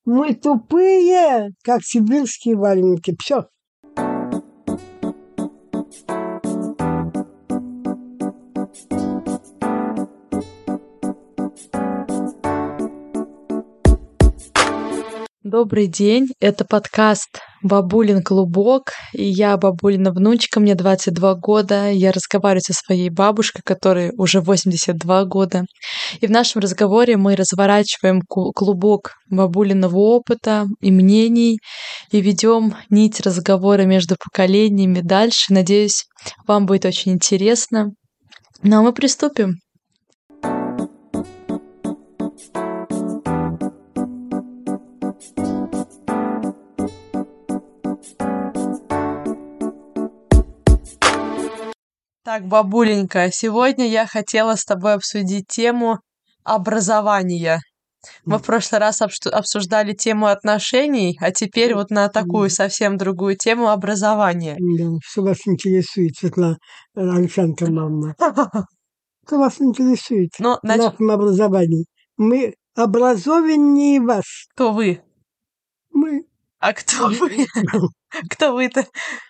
Мы тупые, как сибирские валенки. Все. Добрый день, это подкаст «Бабулин клубок», и я бабулина внучка, мне 22 года, я разговариваю со своей бабушкой, которой уже 82 года, и в нашем разговоре мы разворачиваем клубок бабулиного опыта и мнений, и ведем нить разговора между поколениями дальше. Надеюсь, вам будет очень интересно. Ну а мы приступим. Так, бабуленька, сегодня я хотела с тобой обсудить тему образования. Мы в прошлый раз обсуждали тему отношений, а теперь вот на такую совсем другую тему образования. Да, что вас интересует, Светлана Александровна? Что вас интересует Ну, в нашем образовании? Мы образованнее вас. Кто вы? Мы. А кто вы? Кто вы-то?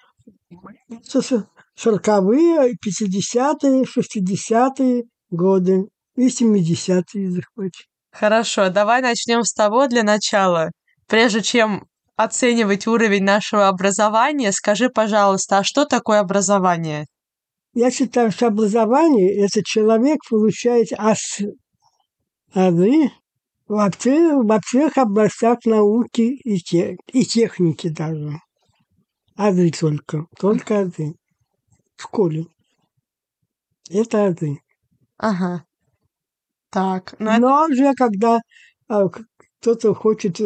40-е, 50-е, 60-е годы и 70-е, захватить. Хорошо, давай начнем с того для начала. Прежде чем оценивать уровень нашего образования, скажи, пожалуйста, а что такое образование? Я считаю, что образование – это человек получает азы во всех областях науки и техники даже. Азы только азы. В школе. Это азы. Ага. Так. Но уже когда кто-то хочет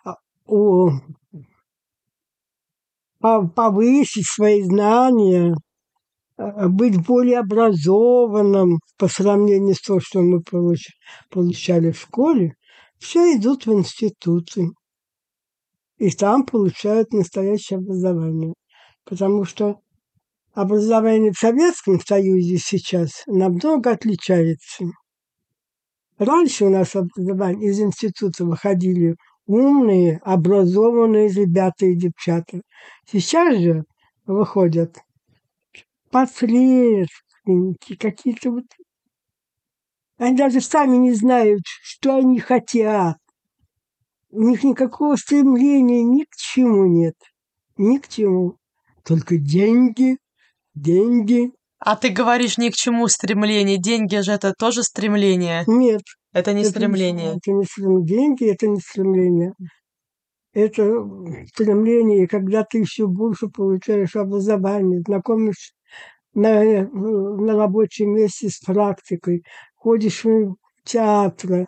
повысить свои знания, быть более образованным по сравнению с тем, что мы получали в школе, все идут в институты. И там получают настоящее образование. Потому что образование в Советском Союзе сейчас намного отличается. Раньше у нас образование из института выходили умные, образованные ребята и девчата. Сейчас же выходят посредственники, какие-то вот. Они даже сами не знают, что они хотят. У них никакого стремления ни к чему нет. Ни к чему. Только деньги, деньги. А ты говоришь ни к чему стремление. Деньги же это тоже стремление. Нет. Это не стремление. Это не стремление. Деньги – это не стремление. Это стремление, когда ты еще больше получаешь образование, знакомишься на рабочем месте с практикой, ходишь в театры,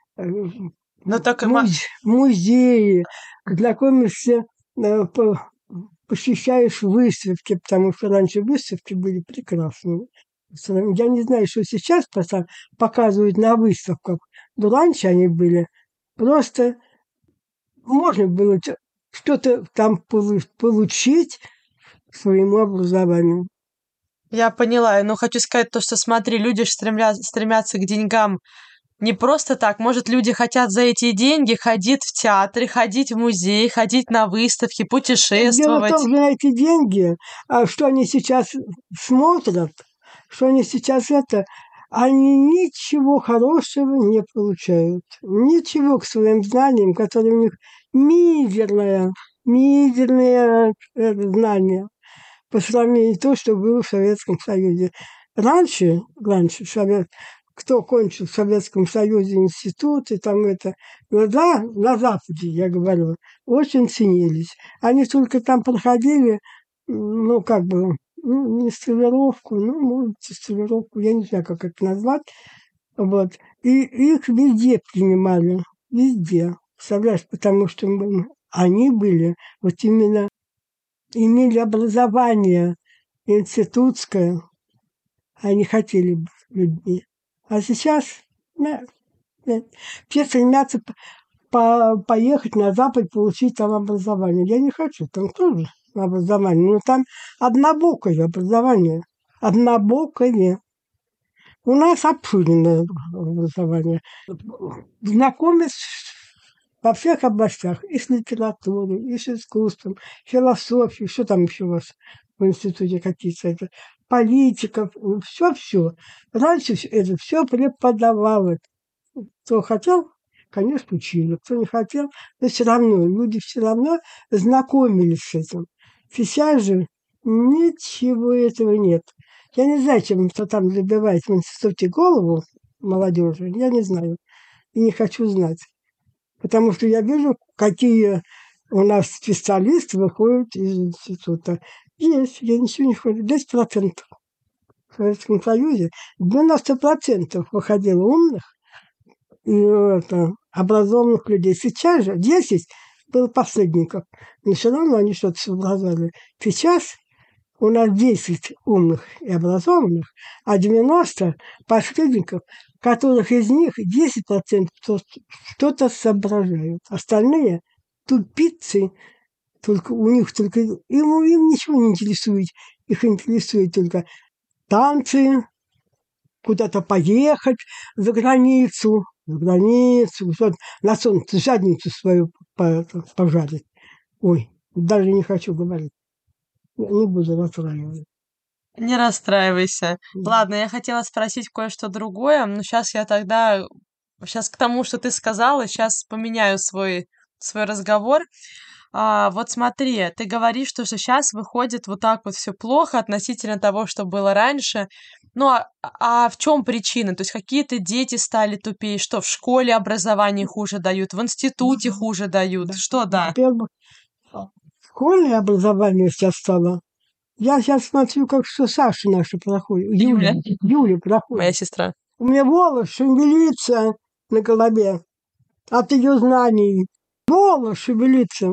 музеи, знакомишься, посещаешь выставки, потому что раньше выставки были прекрасные. Я не знаю, что сейчас показывают на выставках, но раньше они были просто... Можно было что-то там получить своему образованию. Я поняла. Но хочу сказать то, что смотри, люди же стремятся к деньгам не просто так. Может, люди хотят за эти деньги ходить в театры, ходить в музей, ходить на выставки, путешествовать. Дело в том, что на эти деньги, что они сейчас смотрят, что они сейчас они ничего хорошего не получают. Ничего к своим знаниям, которые у них мизерные знания по сравнению с тем, что было в Советском Союзе. Раньше кто кончил в Советском Союзе институты, там на Западе, я говорю, очень ценились. Они только там проходили, не стажировку, может, стажировку, я не знаю, как это назвать. Вот. И их везде принимали, везде. Представляешь, потому что они были, вот именно имели образование институтское, они хотели быть людьми. А сейчас все стремятся поехать на Запад, получить там образование. Я не хочу, там тоже образование, но там однобокое образование. Однобокое. У нас обширное образование. Знакомец во всех областях, и с литературой, и с искусством, философией, что там еще у вас в институте какие-то, это, политиков, все-все. Раньше это все преподавалось. Кто хотел, конечно, учили, кто не хотел, но все равно, люди все равно знакомились с этим. Сейчас же ничего этого нет. Я не знаю, чем кто там забивает в институте голову молодежи, я не знаю и не хочу знать. Потому что я вижу, какие у нас специалисты выходят из института. Есть, я ничего не хочу, 10%. В Советском Союзе 90% выходило умных и образованных людей. Сейчас же 10 было посредников. Но все равно они что-то сообразовали. Сейчас у нас 10 умных и образованных, а 90 посредников, которых из них 10% что-то соображают. Остальные тупицы, только у них только им ничего не интересует. Их интересует только танцы, куда-то поехать за границу, на солнце задницу свою пожарить. Ой, даже не хочу говорить. Я не буду расстраивать. Не расстраивайся. Ладно, я хотела спросить кое-что другое, но сейчас к тому, что ты сказала, сейчас поменяю свой разговор. Вот смотри, ты говоришь, что сейчас выходит вот так вот все плохо относительно того, что было раньше. Ну, а в чем причина? То есть какие-то дети стали тупее, что в школе образование хуже дают, в институте хуже дают, что да? Во-первых, школьное образование сейчас стало. Я сейчас смотрю, как что Саша наша проходит. Юля проходит. Моя сестра. У меня волос шевелится на голове от ее знаний. Волос шевелится.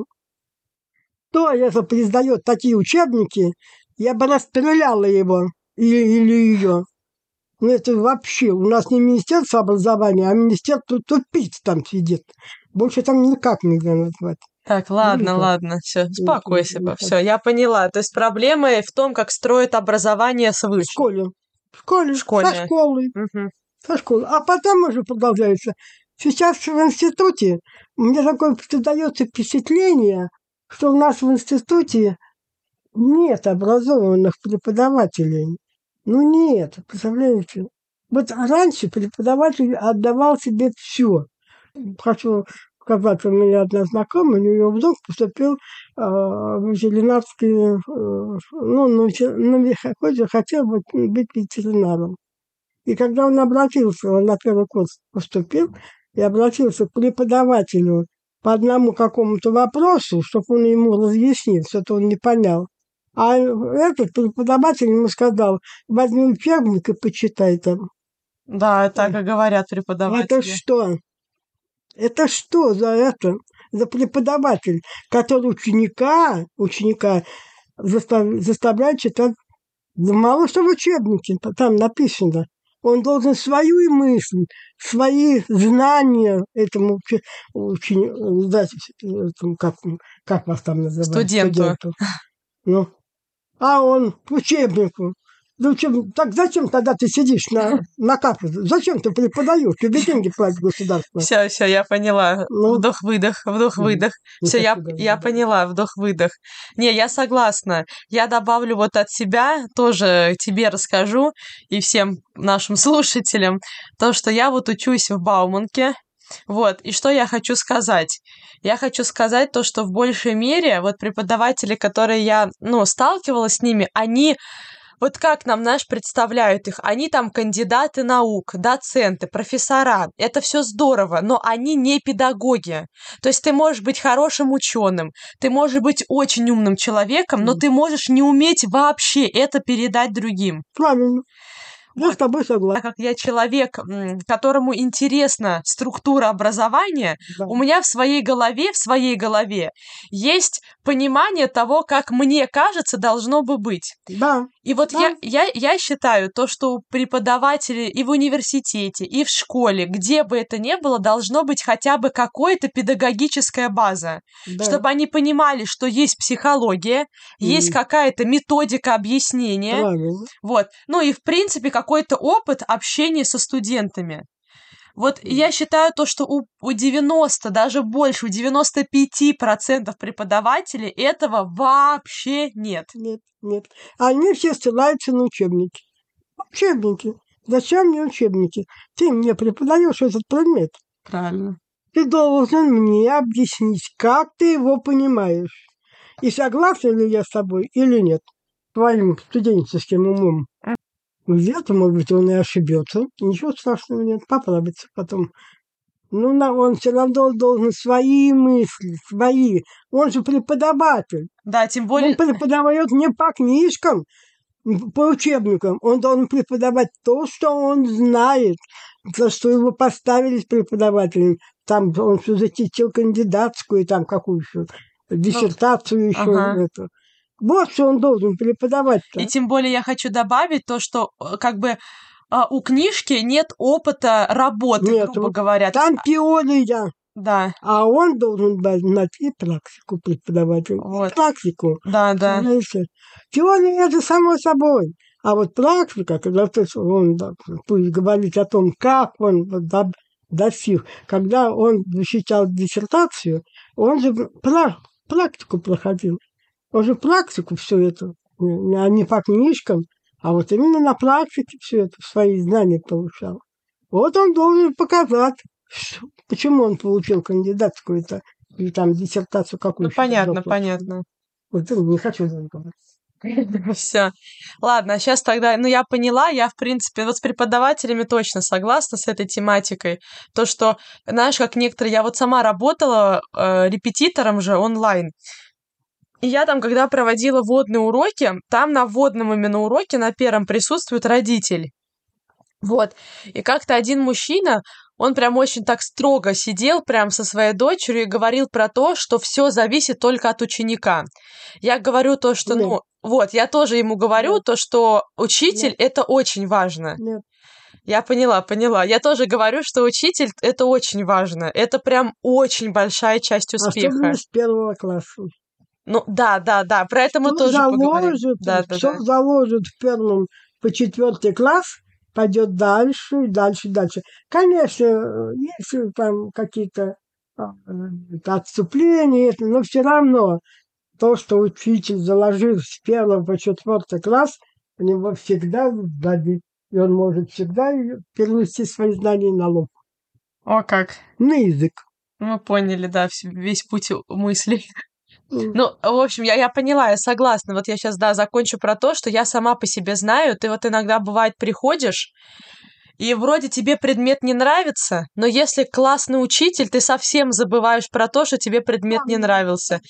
Кто это издает такие учебники, я бы расстреляла его или ее. Ну, это вообще, у нас не Министерство образования, а Министерство тупиц там сидит. Больше там никак нельзя назвать. Так, ладно, все, успокойся, все, я поняла. То есть проблема в том, как строят образование свыше. В школе, со школы. Со школы. А потом уже продолжается. Сейчас в институте у меня такое создается впечатление, что у нас в институте нет образованных преподавателей. Ну нет, представляете? Вот раньше преподаватель отдавал себе все. Хочу сказать, у меня одна знакомая, у нее внук поступил в ветеринарский, хотел быть ветеринаром. И когда он обратился, он на первый курс поступил, и обратился к преподавателю по одному какому-то вопросу, чтобы он ему разъяснил, что-то он не понял. А этот преподаватель ему сказал: возьми учебник и почитай там. Да, так и говорят преподаватели. Это что за преподаватель, который ученика заставляет читать, мало что в учебнике, там написано. Он должен свою мысль, свои знания этому дать, как вас там называют? Студенту. Ну, а он к учебнику. Так зачем тогда ты сидишь на кафедре? Зачем ты преподаешь? Тебе деньги платит государство. Все, я поняла. Вдох-выдох. Все, я поняла. Вдох-выдох. Не, я согласна. Я добавлю вот от себя, тоже тебе расскажу и всем нашим слушателям, то, что я вот учусь в Бауманке. Вот, и что я хочу сказать? Я хочу сказать то, что в большей мере вот преподаватели, которые я, сталкивалась с ними, они... Вот как нам, представляют их? Они там кандидаты наук, доценты, профессора. Это все здорово, но они не педагоги. То есть ты можешь быть хорошим ученым, ты можешь быть очень умным человеком, но ты можешь не уметь вообще это передать другим. Правильно. Я с тобой согласна. Так как я человек, которому интересна структура образования, у меня в своей голове есть понимание того, как мне кажется, должно бы быть. Да. И вот я считаю, то, что у преподавателей и в университете, и в школе, где бы это ни было, должно быть хотя бы какая-то педагогическая база, чтобы они понимали, что есть психология, есть какая-то методика объяснения. Правильно. Вот. Ну и, в принципе, какой-то опыт общения со студентами. Вот я считаю то, что у 90, даже больше, у 95% преподавателей этого вообще нет. Нет. Они все ссылаются на учебники. Учебники. Зачем мне учебники? Ты мне преподаешь этот предмет. Правильно. Ты должен мне объяснить, как ты его понимаешь. И согласен ли я с тобой или нет. Твоим студенческим умом. Где-то, может быть, он и ошибется. Ничего страшного нет. Поправится потом. Ну, он все равно должен свои мысли, свои. Он же преподаватель. Да, тем более... Он преподает не по книжкам, по учебникам. Он должен преподавать то, что он знает, за что его поставили преподавателем. Там он все защитил кандидатскую, там какую-то диссертацию еще. Ага. Это. Вот что он должен преподавать-то. И тем более я хочу добавить то, что как бы у книжки нет опыта работы, Нет, грубо говоря. Там теория. Да. А он должен знать и практику преподаватель, Вот. и практику. Да. Знаете, теория это само собой. А вот практика, когда он пусть говорит о том, как он достиг, когда он защищал диссертацию, он же практику проходил. Он же практику все это, а не по книжкам, а вот именно на практике все это, свои знания получал. Вот он должен показать, почему он получил кандидатскую-то или там диссертацию какую-то. Понятно. Вот не хочу говорить. Все. Ладно, сейчас тогда, я поняла, я, в принципе, вот с преподавателями точно согласна с этой тематикой. То, что, знаешь, как некоторые, я вот сама работала репетитором же онлайн. И я там, когда проводила вводные уроки, там на вводном именно уроке, на первом присутствует родитель. Вот. И как-то один мужчина, он прям очень так строго сидел прям со своей дочерью и говорил про то, что все зависит только от ученика. Я говорю то, что, я тоже ему говорю то, что учитель это очень важно. Я поняла. Я тоже говорю, что учитель это очень важно. Это прям очень большая часть успеха. Особенно с 1 класса. Ну, да, про это мы тоже поговорим. Что заложит в 1 по 4 класс, пойдет дальше. Конечно, есть там какие-то отступления, но все равно то, что учитель заложил с 1 по 4 класс, у него всегда сзади, и он может всегда перенести свои знания на лоб. О, как? На язык. Мы поняли, да, весь путь мыслей. Ну, в общем, я поняла, я согласна. Вот я сейчас, закончу про то, что я сама по себе знаю. Ты вот иногда, бывает, приходишь, и вроде тебе предмет не нравится, но если классный учитель, ты совсем забываешь про то, что тебе предмет не нравился.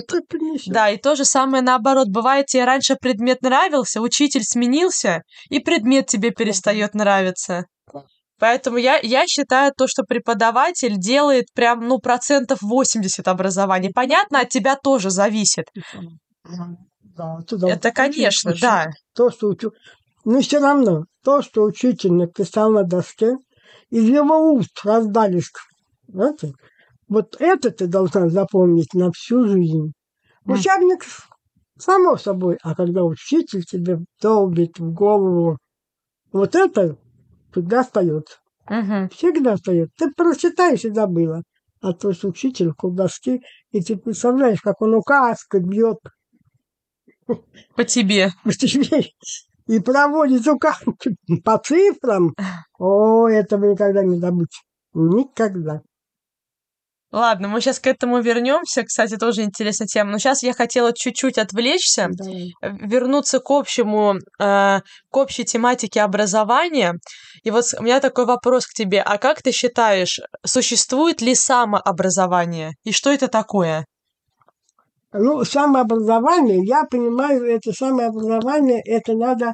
И то же самое наоборот. Бывает, тебе раньше предмет нравился, учитель сменился, и предмет тебе перестает нравиться. Поэтому я считаю то, что преподаватель делает прям, 80% образования. Понятно, от тебя тоже зависит. Да, это, конечно, да. То, что но все равно, то, что учитель написал на доске, из его уст раздались. Вот это ты должна запомнить на всю жизнь. Учебник, само собой, а когда учитель тебе долбит в голову, вот это всегда остается. Всегда остается. Ты прочитаешь и забыла. А то, что учитель в доске, и ты представляешь, как он указкой бьет по тебе. И проводит указки по цифрам. О, этого никогда не забыть. Никогда. Ладно, мы сейчас к этому вернемся. Кстати, тоже интересная тема. Но сейчас я хотела чуть-чуть отвлечься, вернуться к общей тематике образования. И вот у меня такой вопрос к тебе. А как ты считаешь, существует ли самообразование? И что это такое? Самообразование, я понимаю, это самообразование, это надо...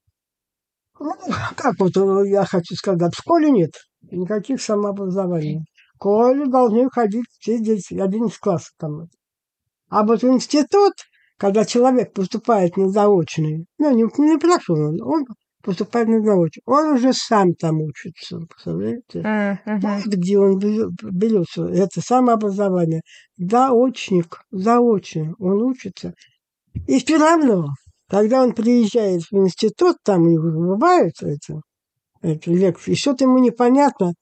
как вот я хочу сказать, в школе нет никаких самообразований. В школе должны ходить все дети, 11 классов там. А вот в институт, когда человек поступает на заочный, не прошел он поступает на заочный, он уже сам там учится, представляете? Вот где он берется, это самообразование. Заочно, он учится. И все равно, когда он приезжает в институт, там у него бывают эти лекции, и что-то ему непонятно,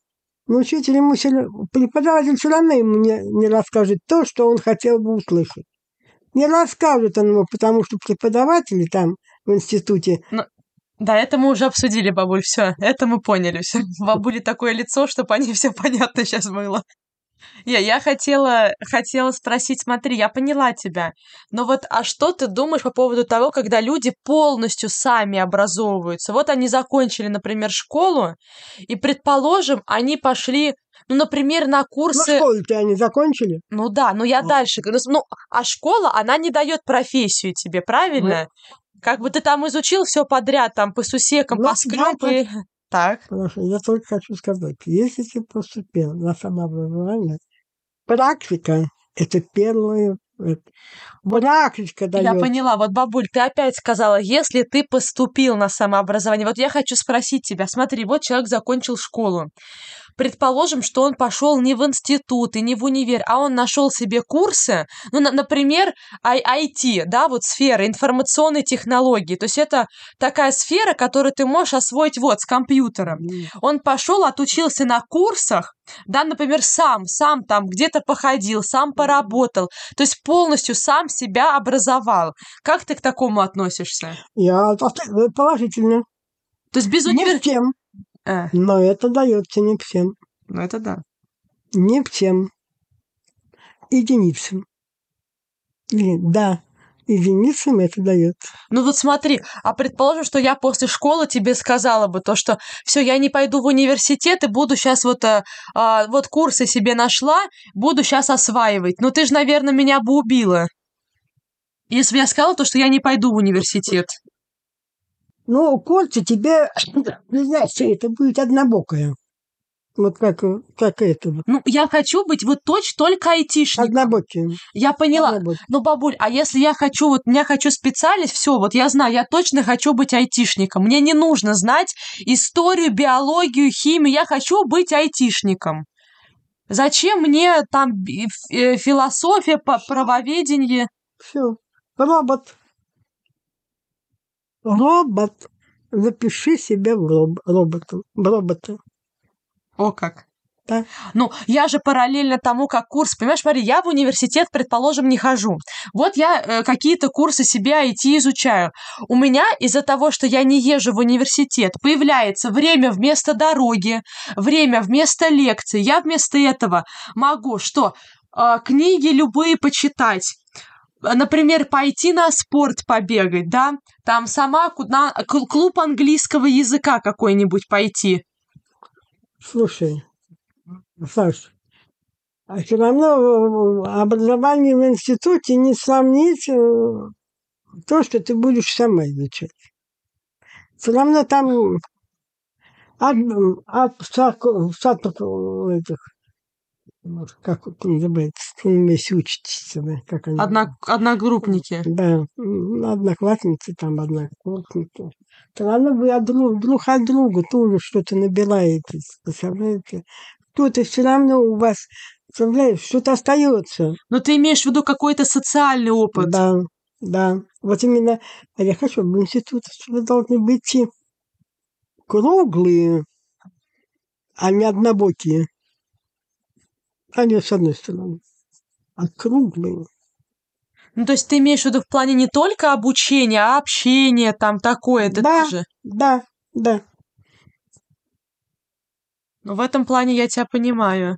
Но учитель ему преподаватель все равно ему не расскажет то, что он хотел бы услышать. Не расскажет он ему, потому что преподаватели там в институте. Да, это мы уже обсудили, бабуль, все, это мы поняли, все. Бабули такое лицо, чтобы они все понятно сейчас было. Я хотела спросить, смотри, я поняла тебя, но вот, а что ты думаешь по поводу того, когда люди полностью сами образовываются? Вот они закончили, например, школу, и, предположим, они пошли, ну, например, на Ну, курсы... школу-то они закончили. Ну да, но я дальше говорю, ну, а школа, она не дает профессию тебе, правильно? Как бы ты там изучил все подряд, там, по сусекам, Ну, по скрёпы. Так. Хорошо, я только хочу сказать, если ты поступил на самообразование, практика – это первое. Практика Я дает. поняла. Вот, бабуль, ты опять сказала, если ты поступил на самообразование. Вот я хочу спросить тебя. Смотри, вот человек закончил школу. Предположим, что он пошел не в институт и не в универ, а он нашел себе курсы, ну, например, IT, да, вот сфера информационной технологии. То есть это такая сфера, которую ты можешь освоить вот с компьютером. Он пошел, отучился на курсах, да, например, сам там где-то походил, сам поработал, то есть полностью сам себя образовал. Как ты к такому относишься? Я положительно. То есть без Не всем. Но это дается не всем. Ну, это да. Не всем. Единицам. Да, единицам это дает. Ну вот смотри, а предположим, что я после школы тебе сказала бы то, что все, я не пойду в университет и буду сейчас вот курсы себе нашла, буду сейчас осваивать. Ну ты же, наверное, меня бы убила, если бы я сказала то, что я не пойду в университет. Ну, курсы тебе, знаешь, это будет однобокое. Вот как это. Ну, я хочу быть вот только айтишником. Однобокие. Я поняла. Ну, бабуль, а если я хочу, вот я хочу специальность, все, вот я знаю, я точно хочу быть айтишником. Мне не нужно знать историю, биологию, химию, я хочу быть айтишником. Зачем мне там философия, правоведение? Все. Робот. Запиши себя в робота. О, как. Да. Ну, я же параллельно тому, как курс, понимаешь, смотри, я в университет, предположим, не хожу. Вот я какие-то курсы себе IT изучаю. У меня из-за того, что я не езжу в университет, появляется время вместо дороги, время вместо лекций. Я вместо этого могу что? Книги любые почитать. Например, пойти на спорт побегать, да? Там сама клуб английского языка какой-нибудь пойти. Слушай, Саш, а все равно образование в институте не сравнить то, что ты будешь сама изучать. Все равно там этих, как это называется, вместе учитесь, да, как они. Одногруппники. Да, одноклассницы, там однокурсники. Все равно вы друг от друга тоже что-то набираетесь, представляете? Кто-то все равно у вас, представляешь, что-то остается. Но ты имеешь в виду какой-то социальный опыт. Да. Вот именно, а я хочу в институт, вы должны быть круглые, а не однобокие. Они с одной стороны, а круглые. Ну, то есть ты имеешь в виду в плане не только обучения, а общения, там такое, это тоже? Да. Ну, в этом плане я тебя понимаю.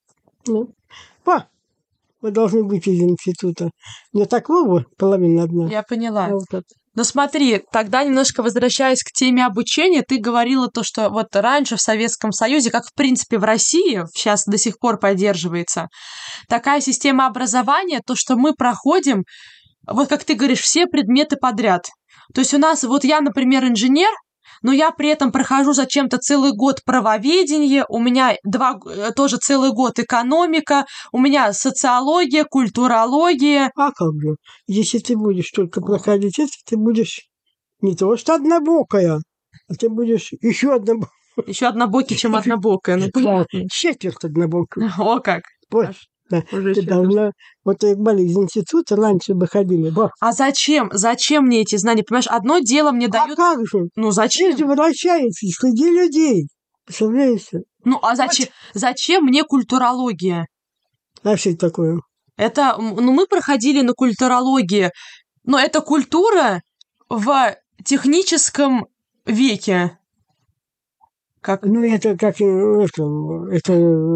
Вы должны быть из института. Не такого половина одна. Я поняла. Но смотри, тогда немножко возвращаясь к теме обучения, ты говорила то, что вот раньше в Советском Союзе, как в принципе в России, сейчас до сих пор поддерживается, такая система образования, то, что мы проходим, вот как ты говоришь, все предметы подряд. То есть у нас, вот я, например, инженер, но я при этом прохожу зачем-то целый год правоведение, у меня тоже целый год экономика, у меня социология, культурология. А как же? Если ты будешь только проходить это, ты будешь не то что однобокая, а ты будешь еще однобокая. Еще однобокий, чем однобокая, ну понятно. Четверть однобокая. О, как. Да. Ты должна, вот из института раньше бы ходили. А зачем? Зачем мне эти знания? Понимаешь, одно дело мне дают... А как же? Ну зачем? Жизнь вращается, среди людей. Представляешь? Ну, а зачем мне культурология? А что это такое? Это, ну, мы проходили на культурологии, но это культура в техническом веке. Как? Ну, это как это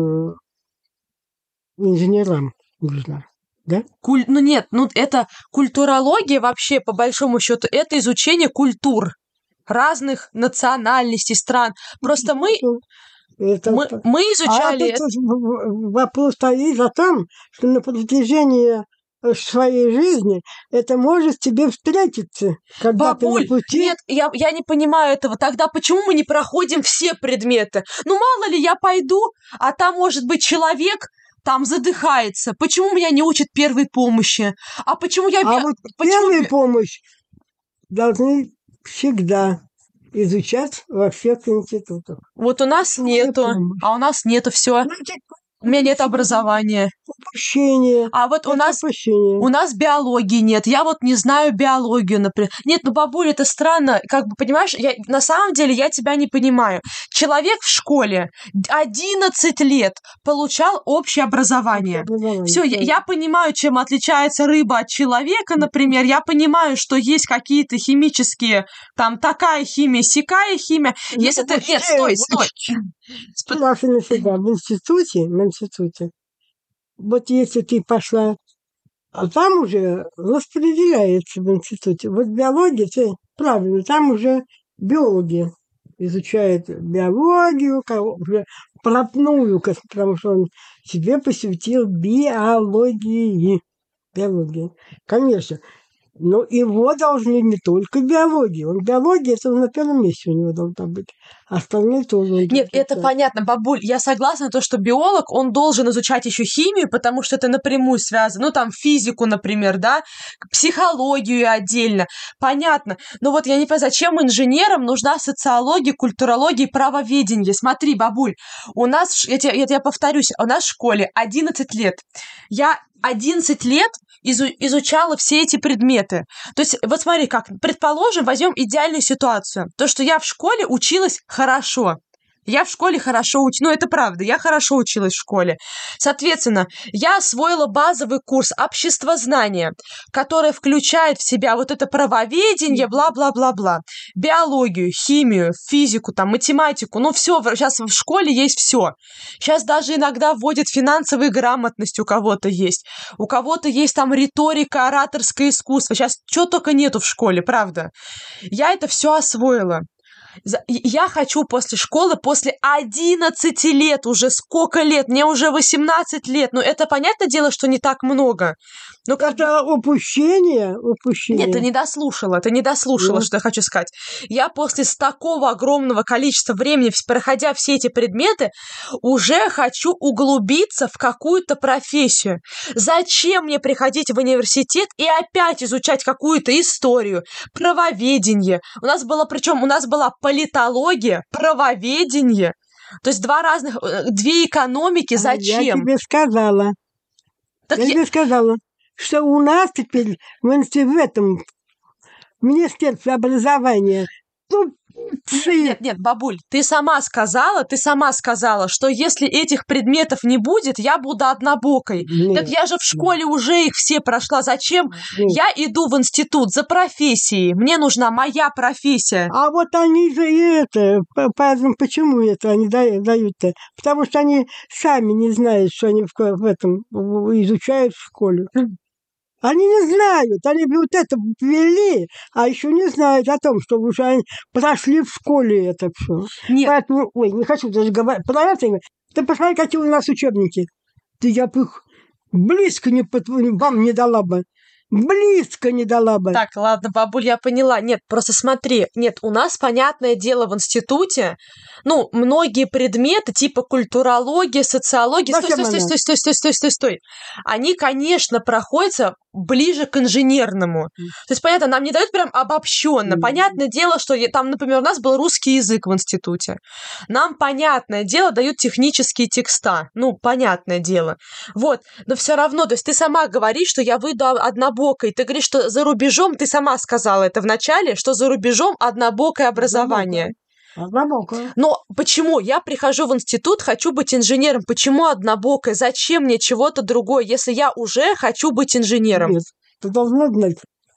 инженерам нужно, да? Ну нет, ну это культурология вообще, по большому счету, это изучение культур разных национальностей, стран. Просто мы изучали... А тут вопрос стоит о том, что на протяжении своей жизни это может тебе встретиться, когда Бабуль, ты на пути. нет, я не понимаю этого. Тогда почему мы не проходим все предметы? Ну, мало ли, я пойду, а там, может быть, человек там задыхается. Почему меня не учат первой помощи? А почему я... Вот первую помощь должны всегда изучать во всех институтах. Вот у нас нету, а у нас нету все. У меня нет образования. Упущение. А вот у нас биологии нет. Я вот не знаю биологию, например. Нет, ну, бабуль, это странно. Как бы, понимаешь, на самом деле я тебя не понимаю. Человек в школе 11 лет получал общее образование. Все, я понимаю, чем отличается рыба от человека, например. Я понимаю, что есть какие-то химические, там, такая химия, сякая химия. Если ты... Нет, стой. В институте, вот если ты пошла, а там уже распределяется в институте. Вот биология, это правильно, там уже биологи изучают биологию, уже вплотную, потому что он себе посвятил биологии. Конечно. Но его должны не только биологии. Биология, это на первом месте у него должна быть. Остальные тоже. Нет, это понятно, бабуль. Я согласна, то, что биолог, он должен изучать еще химию, потому что это напрямую связано. Ну, там, физику, например, да, психологию отдельно. Понятно. Но вот я не понимаю, зачем инженерам нужна социология, культурология и правоведение? Смотри, бабуль, у нас, я тебе повторюсь, у нас в школе 11 лет. Я 11 лет изучала все эти предметы. То есть, вот смотри, как, предположим, возьмем идеальную ситуацию. То, что я в школе училась хорошо. Я в школе хорошо училась. Ну, это правда, я хорошо училась в школе. Соответственно, я освоила базовый курс обществознания, который включает в себя вот это правоведение, бла-бла-бла-бла. Биологию, химию, физику, там, математику. Ну, все, сейчас в школе есть все. Сейчас даже иногда вводят финансовую грамотность, у кого-то есть. У кого-то есть там риторика, ораторское искусство. Сейчас чего только нету в школе, правда. Я это все освоила. Я хочу после школы, после 11 лет, уже сколько лет, мне уже 18 лет, но это понятное дело, что не так много. Но это упущение. Нет, ты не дослушала, что я хочу сказать. Я после такого огромного количества времени, проходя все эти предметы, уже хочу углубиться в какую-то профессию. Зачем мне приходить в университет и опять изучать какую-то историю, правоведение? У нас была политология, правоведение. То есть две экономики. Зачем? Я тебе сказала. Что у нас теперь в этом Министерстве образования Нет, бабуль, ты сама сказала, что если этих предметов не будет, я буду однобокой. Нет, так я же в школе уже их все прошла. Зачем? Нет. Я иду в институт за профессией. Мне нужна моя профессия. А вот они же почему это они дают-то? Потому что они сами не знают, что они в этом изучают в школе. Они не знают, они вот это ввели, а еще не знают о том, что уже они прошли в школе это все. Нет. Поэтому, не хочу даже говорить про это. Ты посмотри, какие у нас учебники. Я бы их близко вам не дала бы. Близко не дала бы. Так, ладно, бабуль, я поняла. Нет, просто смотри. Нет, у нас, понятное дело, в институте, многие предметы, типа культурология, социология... Стой. Они, конечно, проходятся ближе к инженерному. То есть, понятно, нам не дают прям обобщенно. Понятное дело, что там, например, у нас был русский язык в институте. Нам, понятное дело, дают технические текста. Понятное дело. Вот. Но все равно, то есть ты сама говоришь, что я выйду однобокой. Ты говоришь, что за рубежом, ты сама сказала это в начале, что за рубежом однобокое образование. Однобокая. Но почему? Я прихожу в институт, хочу быть инженером. Почему однобокая? Зачем мне чего-то другое, если я уже хочу быть инженером? Нет, ты должна знать.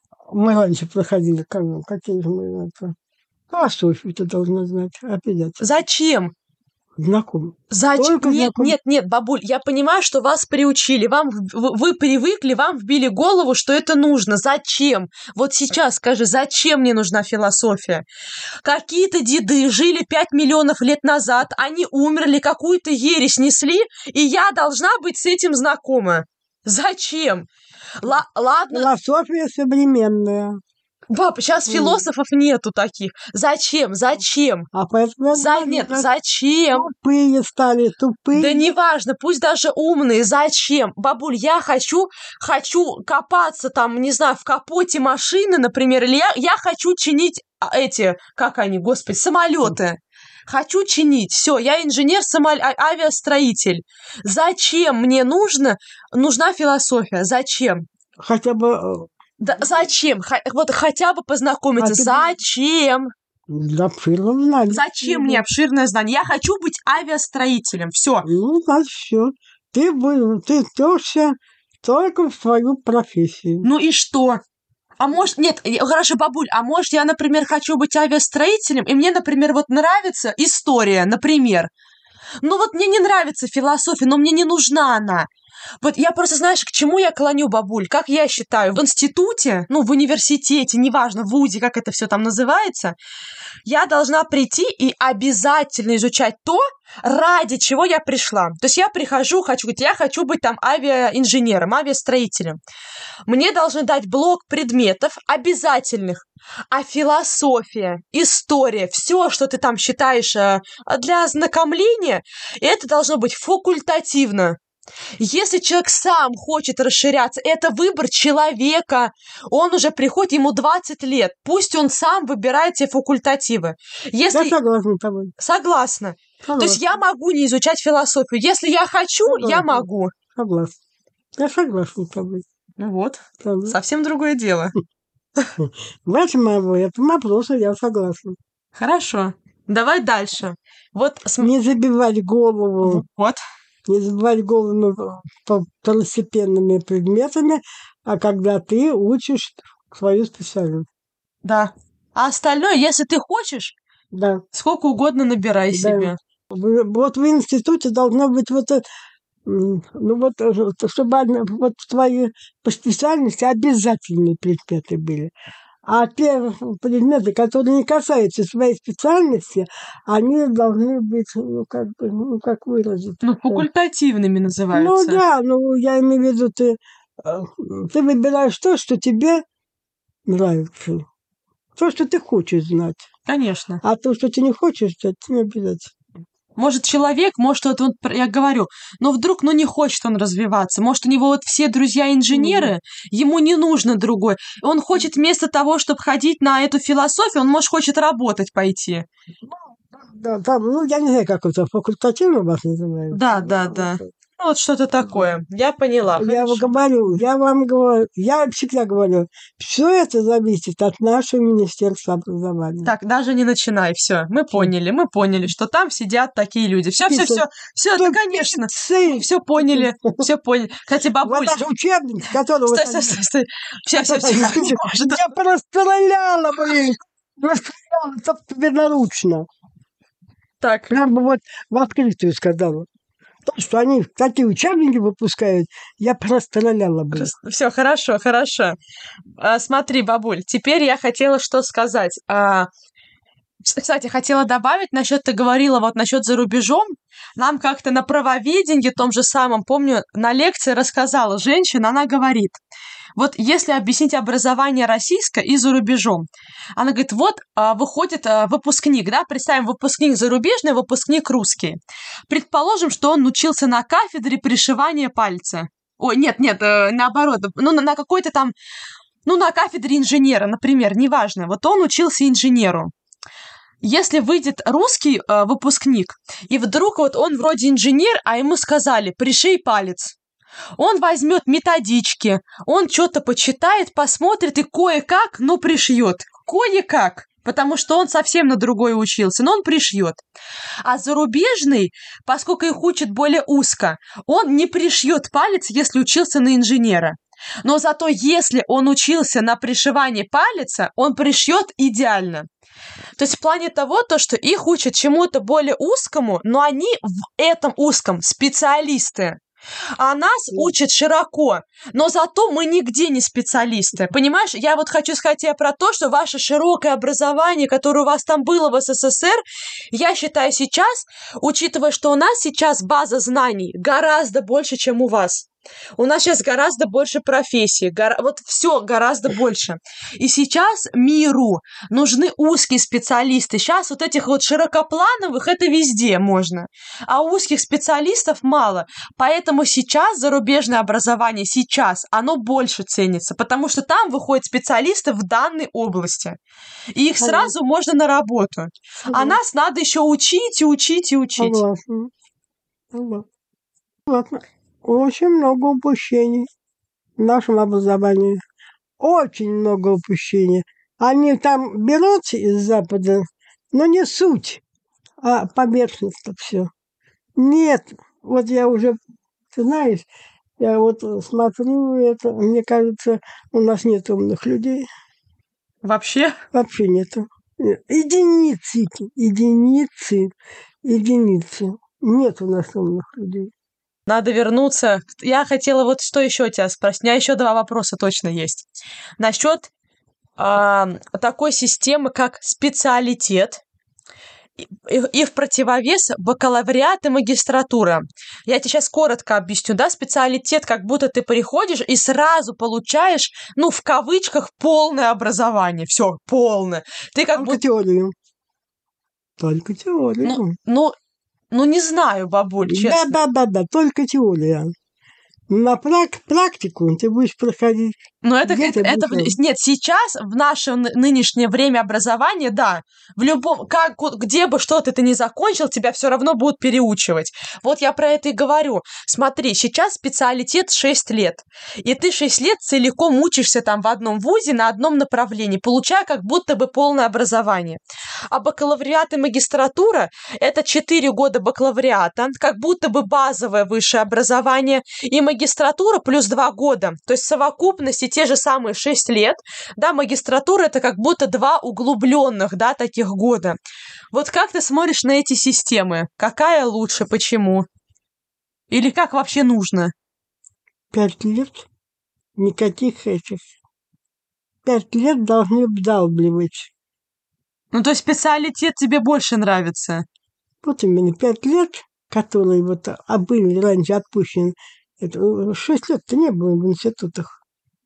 Мы раньше проходили, какие же мы это. Философию ты должна знать. Опять. Зачем? Знаком. Зачем? Только Нет, знаком. нет, бабуль, я понимаю, что вас приучили, вы привыкли, вам вбили голову, что это нужно. Зачем? Вот сейчас скажи, зачем мне нужна философия? Какие-то деды жили 5 миллионов лет назад, они умерли, какую-то ересь несли, и я должна быть с этим знакома. Зачем? Ладно. Философия современная. Баб, сейчас философов нету таких. Зачем? А поэтому Нет, зачем? Тупые стали, тупые. Да неважно, пусть даже умные. Зачем? Бабуль, я хочу копаться там, не знаю, в капоте машины, например, или я хочу чинить эти, как они, господи, самолеты. Хочу чинить. Все, я инженер, авиастроитель. Зачем мне нужна философия? Зачем? Хотя бы... Да зачем? Вот хотя бы познакомиться. Зачем? Для обширного знания. Зачем мне обширное знание? Я хочу быть авиастроителем. Все. Ну, значит, все. Ты впёрся только в свою профессию. Ну и что? А может, нет, хорошо, бабуль, а может, я, например, хочу быть авиастроителем, и мне, например, вот нравится история, например. Ну вот мне не нравится философия, но мне не нужна она. Вот я просто, знаешь, к чему я клоню, бабуль? Как я считаю, в институте, в университете, неважно, в вузе, как это все там называется, я должна прийти и обязательно изучать то, ради чего я пришла. То есть я прихожу, я хочу быть там авиаинженером, авиастроителем. Мне должны дать блок предметов обязательных. А философия, история, все, что ты там считаешь для ознакомления, это должно быть факультативно. Если человек сам хочет расширяться, это выбор человека. Он уже приходит, ему 20 лет. Пусть он сам выбирает те факультативы. Я согласна с тобой. Согласна. То есть я могу не изучать философию. Если я хочу, я могу. Согласна. Я согласна с тобой. Ну вот, совсем другое дело. В этом вопросе я согласна. Хорошо. Давай дальше. Вот не забивать голову. Вот. Не забивать голову второстепенными предметами, а когда ты учишь свою специальность. Да. А остальное, если ты хочешь, да. Сколько угодно набирай себе. Вот в институте должно быть чтобы вот твои по специальности обязательные предметы были. А те предметы, которые не касаются своей специальности, они должны быть, как выразить? Факультативными называются. Да, я имею в виду, ты выбираешь то, что тебе нравится. То, что ты хочешь знать. Конечно. А то, что ты не хочешь знать, не обязательно. Может, человек, я говорю, но вдруг, не хочет он развиваться. Может, у него вот все друзья инженеры, ему не нужно другой. Он хочет вместо того, чтобы ходить на эту философию, он, может, хочет работать пойти. Да, там, я не знаю, как это, факультативно у вас называется. Да. Вот что-то такое. Я поняла. Я вам говорю, я всегда говорю, все это зависит от нашего Министерства образования. Так, даже не начинай, все. Мы поняли, что там сидят такие люди. Все, да, конечно. Все поняли. Кстати, бабуль... Вот даже учебник, который... Стой. Все. Я простреляла, Расстреляла собственноручно. Так. Прям бы вот в открытую сказала. То, что они такие учебники выпускают, я простреляла бы. Все, хорошо. Смотри, бабуль, теперь я хотела что сказать. Кстати, хотела добавить насчет, ты говорила вот насчет за рубежом. Нам как-то на правоведении, том же самом, помню, на лекции рассказала женщина, она говорит, вот если объяснить образование российское и за рубежом, она говорит, вот выходит выпускник, да, представим, выпускник зарубежный, выпускник русский. Предположим, что он учился на кафедре пришивания пальца. Ой, нет, наоборот, на какой-то там, на кафедре инженера, например, неважно. Вот он учился инженеру. Если выйдет русский выпускник, и вдруг вот он вроде инженер, а ему сказали, пришей палец. Он возьмет методички, он что-то почитает, посмотрит и кое-как, пришьет. Кое-как. потому что он совсем на другой учился, но он пришьет. А зарубежный, поскольку их учат более узко, он не пришьет палец, если учился на инженера. Но зато если он учился на пришивании палеца, он пришьет идеально. То есть в плане того, то, что их учат чему-то более узкому, но они в этом узком специалисты. А нас учат широко, но зато мы нигде не специалисты. Понимаешь, я вот хочу сказать тебе про то, что ваше широкое образование, которое у вас там было в СССР, я считаю сейчас, учитывая, что у нас сейчас база знаний гораздо больше, чем у вас. У нас сейчас гораздо больше профессий, вот все гораздо больше. И сейчас миру нужны узкие специалисты. Сейчас вот этих вот широкоплановых это везде можно, а узких специалистов мало. Поэтому сейчас зарубежное образование, сейчас оно больше ценится, потому что там выходят специалисты в данной области. И их сразу можно на работу. А нас надо еще учить и учить и учить. Согласна. Очень много упущений в нашем образовании. Очень много упущений. Они там берут из Запада, но не суть, а поверхностно все. Нет, вот я уже, ты знаешь, я вот смотрю это, мне кажется, у нас нет умных людей. Вообще? Вообще нету. Единицы. Нет у нас умных людей. Надо вернуться. Я хотела вот что еще тебя спросить. У меня еще 2 вопроса точно есть. Насчет такой системы, как специалитет и в противовес бакалавриат и магистратура. Я тебе сейчас коротко объясню, да, специалитет, как будто ты приходишь и сразу получаешь, ну, в кавычках, полное образование. Все, полное. Ты как Только теорию. Только теорию. Ну, не знаю, бабуль, честно. Да, только теория. На практику ты будешь проходить. Но нет, сейчас, в наше нынешнее время образования, да, в любом, где бы что-то ты ни закончил, тебя все равно будут переучивать. Вот я про это и говорю. Смотри, сейчас специалитет 6 лет, и ты 6 лет целиком учишься там в одном вузе на одном направлении, получая как будто бы полное образование. А бакалавриат и магистратура – это 4 года бакалавриата, как будто бы базовое высшее образование, и магистратура плюс 2 года, то есть в совокупности те же самые 6 лет, да, магистратура это как будто 2 углубленных, да, таких года. Вот как ты смотришь на эти системы? Какая лучше, почему? Или как вообще нужно? 5 лет никаких этих. 5 лет должны вдалбливать. Ну, то есть специалитет тебе больше нравится? Вот именно 5 лет, которые вот были раньше отпущены, 6 лет-то не было в институтах.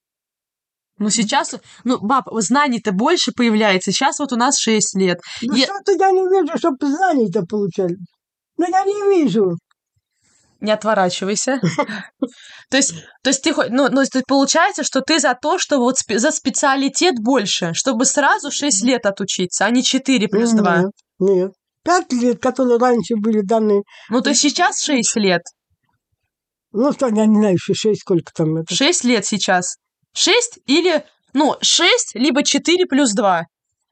Ну, сейчас, баб, знаний-то больше появляется. Сейчас вот у нас 6 лет. Что-то я не вижу, чтобы знаний-то получали. Я не вижу. Не отворачивайся. То есть ты получается, что ты за то, что вот за специалитет больше, чтобы сразу 6 лет отучиться, а не 4 плюс 2. Нет. 5 лет, которые раньше были даны. Ну, то есть сейчас 6 лет. Ну, что, я не знаю, еще 6, сколько там это. 6 лет сейчас. 6 или, 6, либо 4 плюс 2.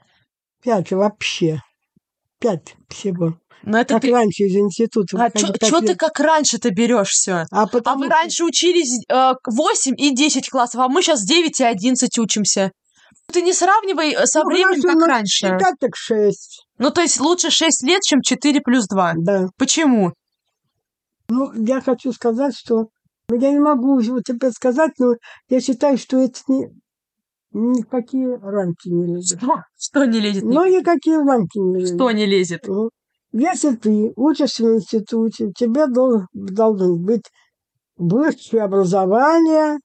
5 вообще. 5 всего. Но это как раньше из института. А что ты как раньше-то берешь все? А вы раньше учились 8 и 10 классов, а мы сейчас 9 и 11 учимся. Ты не сравнивай со временем, как раньше. 5 так 6. То есть лучше 6 лет, чем 4 плюс 2. Да. Почему? Я хочу сказать, что я не могу тебе сказать, но я считаю, что это никакие рамки не лезет. Что не лезет? Никакие рамки не лезет. Что не лезет? Если ты учишься в институте, у тебя должен быть высшее образование,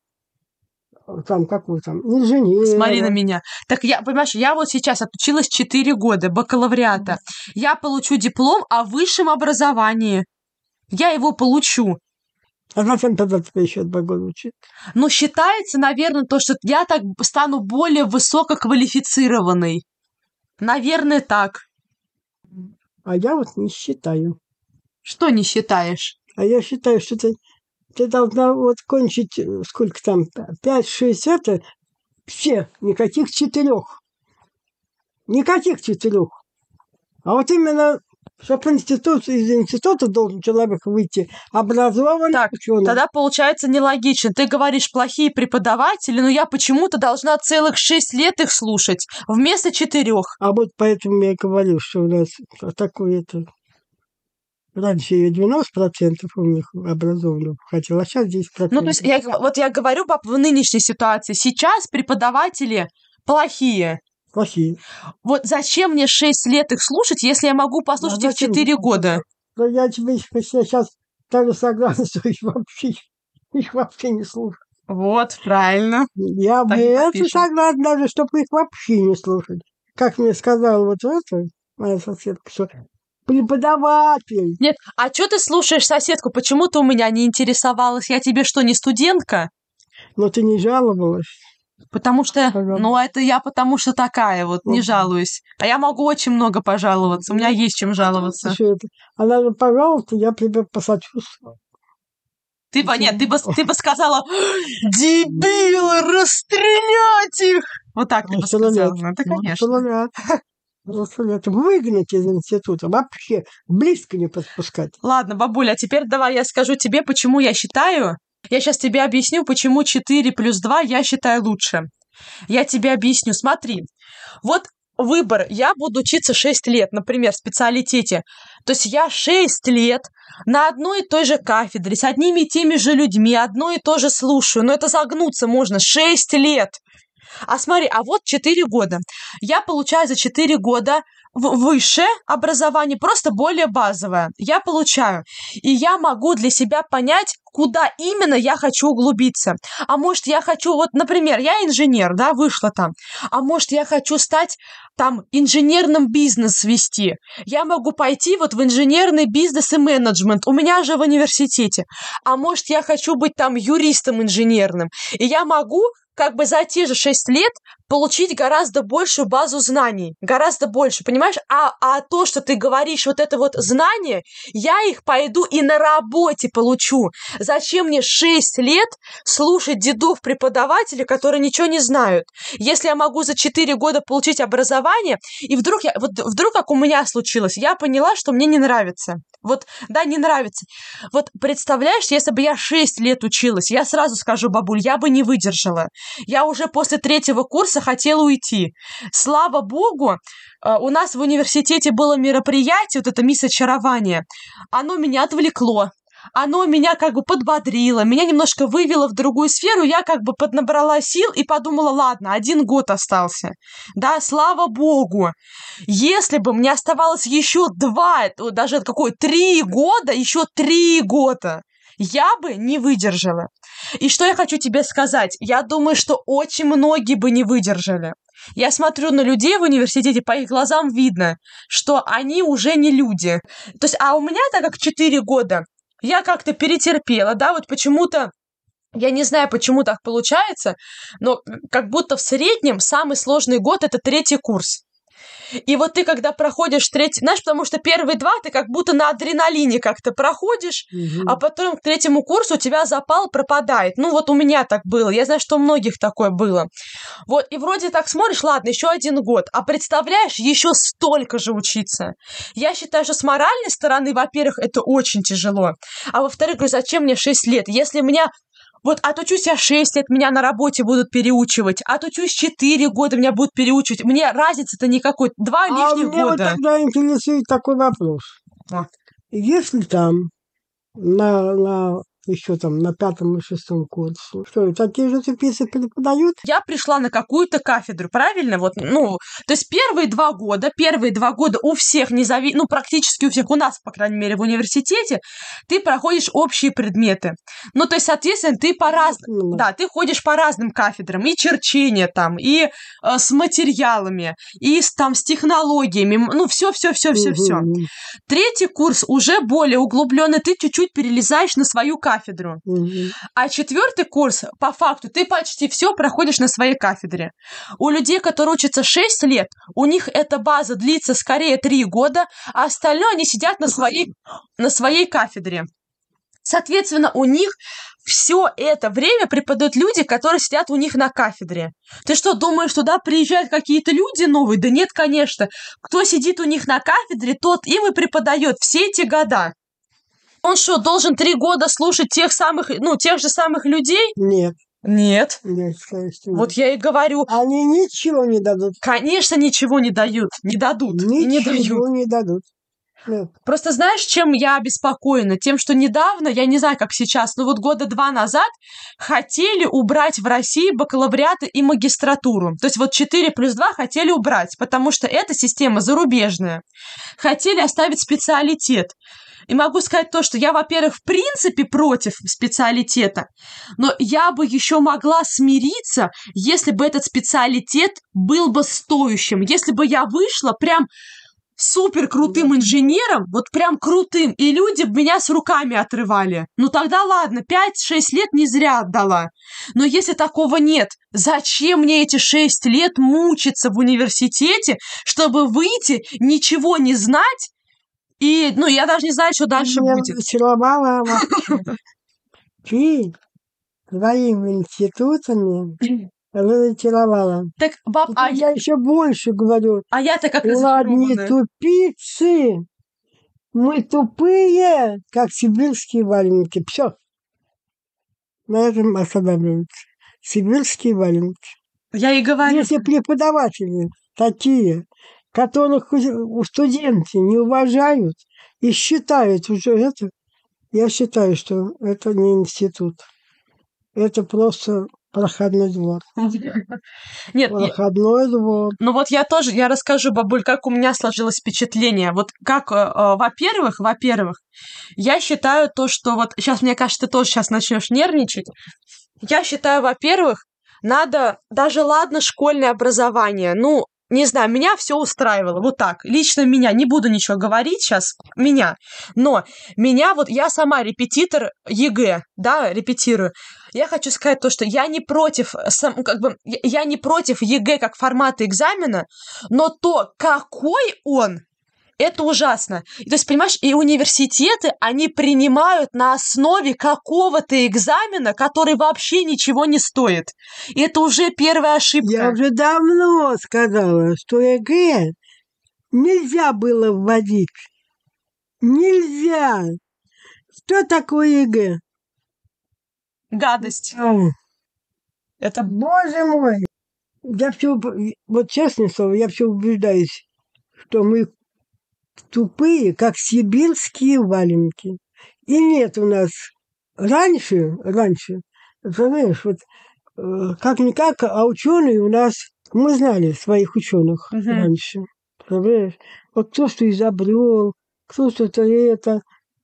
инженер. Смотри на меня. Так понимаешь, я вот сейчас отучилась 4 года бакалавриата. Я получу диплом о высшем образовании. Я его получу. А зачем тогда тебе еще 2 года учить? Считается, наверное, то, что я так стану более высококвалифицированной. Наверное, так. А я вот не считаю. Что не считаешь? А я считаю, что ты должна кончить, сколько там, 5-6 все, никаких 4. Никаких 4. А вот именно, чтобы из института должен человек выйти образованным Так, ученым. тогда получается нелогично. Ты говоришь, плохие преподаватели, но я почему-то должна целых 6 лет их слушать, вместо 4. А вот поэтому я и говорю, что у нас такое-то... Раньше ее 90% у них образованных хотел, а сейчас 10%. Ну, то есть, я говорю, пап, в нынешней ситуации. Сейчас преподаватели плохие. Плохие. Вот зачем мне 6 лет их слушать, если я могу послушать их 4 года? Да я тебе сейчас даже согласна, что их вообще не слушать. Вот, правильно. Я бы это согласна даже, чтобы их вообще не слушать. Как мне сказала вот эта моя соседка, что преподаватель. Нет, а что ты слушаешь соседку? Почему ты у меня не интересовалась? Я тебе что, не студентка? Но ты не жаловалась. Потому что, это я потому что такая вот, не жалуюсь. А я могу очень много пожаловаться, у меня есть чем жаловаться. Она же пожалуйста, я тебе посочувствовала. Ты бы сказала, дебилы, расстрелять их! Вот так ты бы сказала. Это, конечно. Выгнать из института, вообще близко не подпускать. Ладно, бабуля, а теперь давай я скажу тебе, почему я считаю. Я сейчас тебе объясню, почему 4 плюс 2 я считаю лучше. Я тебе объясню. Смотри, вот выбор. Я буду учиться 6 лет, например, в специалитете. То есть я 6 лет на одной и той же кафедре, с одними и теми же людьми, одно и то же слушаю. Но это загнуться можно. 6 лет. А смотри, а вот 4 года. Я получаю за 4 года высшее образование, просто более базовое. Я получаю. И я могу для себя понять, куда именно я хочу углубиться. А может, я хочу, вот, например, я инженер, да, вышла там. А может, я хочу стать там инженерным бизнес вести. Я могу пойти вот в инженерный бизнес и менеджмент. У меня же в университете. А может, я хочу быть там юристом инженерным. И я могу как бы за те же 6 лет получить гораздо большую базу знаний, гораздо больше, понимаешь? А то, что ты говоришь, вот это вот знание, я их пойду и на работе получу. Зачем мне 6 лет слушать дедов-преподавателей, которые ничего не знают? Если я могу за 4 года получить образование, и вдруг как у меня случилось, я поняла, что мне не нравится. Вот, да, не нравится. Вот представляешь, если бы я 6 лет училась, я сразу скажу, бабуль, я бы не выдержала. Я уже после 3-го курса хотела уйти. Слава богу, у нас в университете было мероприятие, вот это «Мисс Очарование». Оно меня отвлекло. Оно меня как бы подбодрило, меня немножко вывело в другую сферу, я как бы поднабрала сил и подумала, ладно, 1 год остался. Да, слава богу. Если бы мне оставалось еще 2, даже 3 года, еще 3 года, я бы не выдержала. И что я хочу тебе сказать? Я думаю, что очень многие бы не выдержали. Я смотрю на людей в университете, по их глазам видно, что они уже не люди. То есть, а у меня, так как 4 года, я как-то перетерпела, да, вот почему-то, я не знаю, почему так получается, но как будто в среднем самый сложный год – это 3-й курс. И вот ты, когда проходишь 3-й, знаешь, потому что первые 2 ты как будто на адреналине как-то проходишь, а потом к 3-му курсу у тебя запал пропадает. Ну, вот у меня так было. Я знаю, что у многих такое было. Вот, и вроде так смотришь, ладно, еще 1 год. А представляешь, еще столько же учиться. Я считаю, что с моральной стороны, во-первых, это очень тяжело. А во-вторых, говорю, зачем мне 6 лет? Если меня... Вот отучусь я 6 лет, меня на работе будут переучивать. Отучусь 4 года, меня будут переучивать. Мне разницы-то никакой. 2 лишних года. А меня вот тогда интересует такой вопрос. Если там еще там на 5-м и 6-м курсе. Что, такие же спецы преподают? Я пришла на какую-то кафедру, правильно? Вот, то есть первые 2 года у всех, практически у всех, у нас, по крайней мере, в университете, ты проходишь общие предметы. Ну, то есть, соответственно, ты по-разному, да, ты ходишь по разным кафедрам, и черчение там, и с материалами, и с технологиями, все. 3-й курс уже более углубленный, ты чуть-чуть перелезаешь на свою кафедру. А 4-й курс, по факту, ты почти все проходишь на своей кафедре. У людей, которые учатся 6 лет, у них эта база длится скорее 3 года, а остальное они сидят на своей кафедре. Соответственно, у них все это время преподают люди, которые сидят у них на кафедре. Ты что, думаешь, туда приезжают какие-то люди новые? Да нет, конечно. Кто сидит у них на кафедре, тот им и преподает все эти года. Он что, должен 3 года слушать тех же самых людей? Нет. Нет. Я считаю, что Вот нет. я и говорю. Они ничего не дадут. Конечно, ничего не дают. Не дадут. И не дают. Ничего не дадут. Нет. Просто знаешь, чем я обеспокоена? Тем, что недавно, я не знаю, как сейчас, но вот 2 года назад хотели убрать в России бакалавриаты и магистратуру. То есть вот 4+2 хотели убрать, потому что эта система зарубежная. Хотели оставить специалитет. И могу сказать то, что я, во-первых, в принципе против специалитета, но я бы еще могла смириться, если бы этот специалитет был бы стоящим, если бы я вышла прям супер крутым инженером, вот прям крутым, и люди меня с руками отрывали. Ну тогда ладно, 5-6 лет не зря отдала. Но если такого нет, зачем мне эти 6 лет мучиться в университете, чтобы выйти, ничего не знать? И, я даже не знаю, что дальше Меня будет. разочаровала вообще. Ты твоими институтами разочаровала. Так, баб, Я еще больше говорю. а я-то как Ладно, разочарованная. тупицы. Мы тупые, как сибирские валенки. Все. На этом останавливаются. Сибирские валенки. Я и говорю. Если преподаватели такие, которых у студенты не уважают и считают уже это, я считаю, что это не институт. Это просто проходной двор. Нет, Проходной двор. ну вот я расскажу, бабуль, как у меня сложилось впечатление. Вот как, во-первых, я считаю то, что вот сейчас, мне кажется, ты тоже сейчас начнешь нервничать. Я считаю, во-первых, надо, даже ладно, школьное образование, не знаю, меня все устраивало, вот так, лично меня, не буду ничего говорить сейчас, но я сама репетитор ЕГЭ, да, репетирую. Я хочу сказать то, что я не против, я не против ЕГЭ как формата экзамена, но то, какой он, это ужасно. То есть, понимаешь, и университеты, они принимают на основе какого-то экзамена, который вообще ничего не стоит. И это уже первая ошибка. Я уже давно сказала, что ЕГЭ нельзя было вводить. Нельзя. Что такое ЕГЭ? Гадость. Это... Боже мой! Вот честное слово, я все убеждаюсь, что мы тупые, как сибирские валенки. И нет у нас раньше, знаешь, вот как-никак, а ученые у нас, мы знали своих ученых раньше, понимаешь? Вот кто что изобрел, кто что-то это.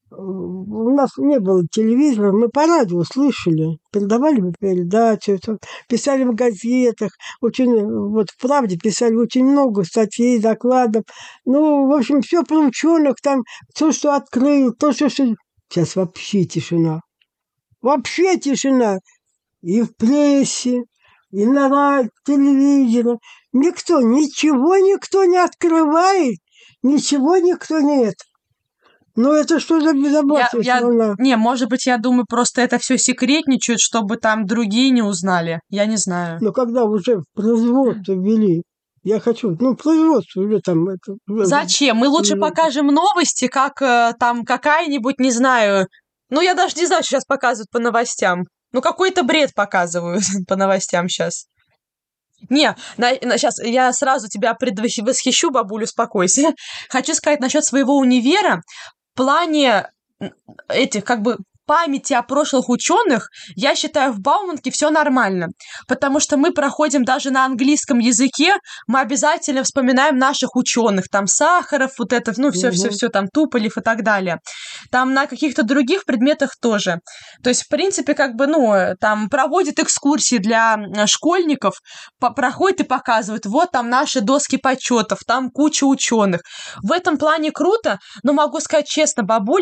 У нас не было телевизора, мы по радио слышали, передавали передачи, писали в газетах, вот в «Правде» писали очень много статей, докладов. В общем, все про ученых, там, то, что открыл, то, что... Сейчас вообще тишина. Вообще тишина. И в прессе, и на телевизоре. Ничего не открывает, ничего никто не это. Это что за безобразие? Не, может быть, я думаю, просто это все секретничают, чтобы там другие не узнали. Я не знаю. Когда уже в производство ввели, я хочу, производство уже там... Зачем? Мы лучше покажем новости, как там какая-нибудь, не знаю... я даже не знаю, что сейчас показывают по новостям. Какой-то бред показывают по новостям сейчас. Не, сейчас я сразу тебя предвосхищу, бабулю, успокойся. Хочу сказать насчет своего универа. В плане этих, памяти о прошлых ученых, я считаю, в Бауманке все нормально, потому что мы проходим даже на английском языке, мы обязательно вспоминаем наших ученых, там Сахаров, вот это, все, там Туполев и так далее. Там на каких-то других предметах тоже. То есть, в принципе, там проводят экскурсии для школьников, проходят и показывают, вот там наши доски почетов, там куча ученых. В этом плане круто, но могу сказать честно, бабуль,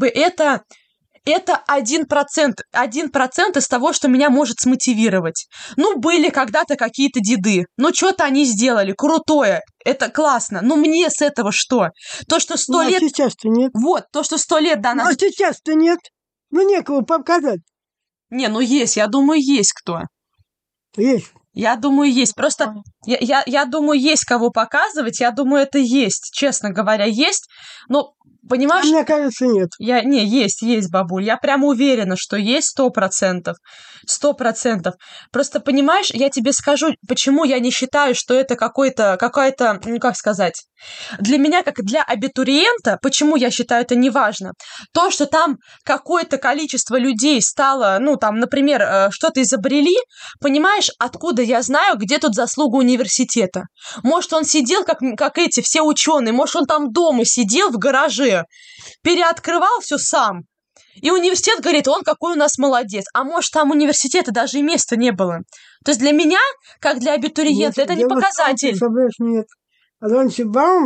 это 1% из того, что меня может смотивировать. Были когда-то какие-то деды. Что-то они сделали крутое. Это классно. Мне с этого что? То, что 100 лет... сейчас-то нет. Вот, то, что 100 лет до нас... сейчас-то нет. Некого показать. Не, ну есть, я думаю, есть кто. Есть. Я думаю, есть. Просто я думаю, есть кого показывать. Я думаю, это есть. Честно говоря, есть. Но, А понимаешь, мне кажется, нет. есть, бабуль. Я прям уверена, что есть 100%. 100%. Просто, понимаешь, я тебе скажу, почему я не считаю, что это какая-то, ну как сказать, для меня, как для абитуриента, почему я считаю это неважно, то, что там какое-то количество людей стало, ну, там, например, что-то изобрели, понимаешь, откуда я знаю, где тут заслуга университета? Может, он сидел, как эти все ученые, может, он там дома сидел в гараже, переоткрывал все сам. И университет говорит, он какой у нас молодец. А может, там университета даже и места не было. То есть для меня, как для абитуриента, это не дело в том, показатель. представляешь, нет. Раньше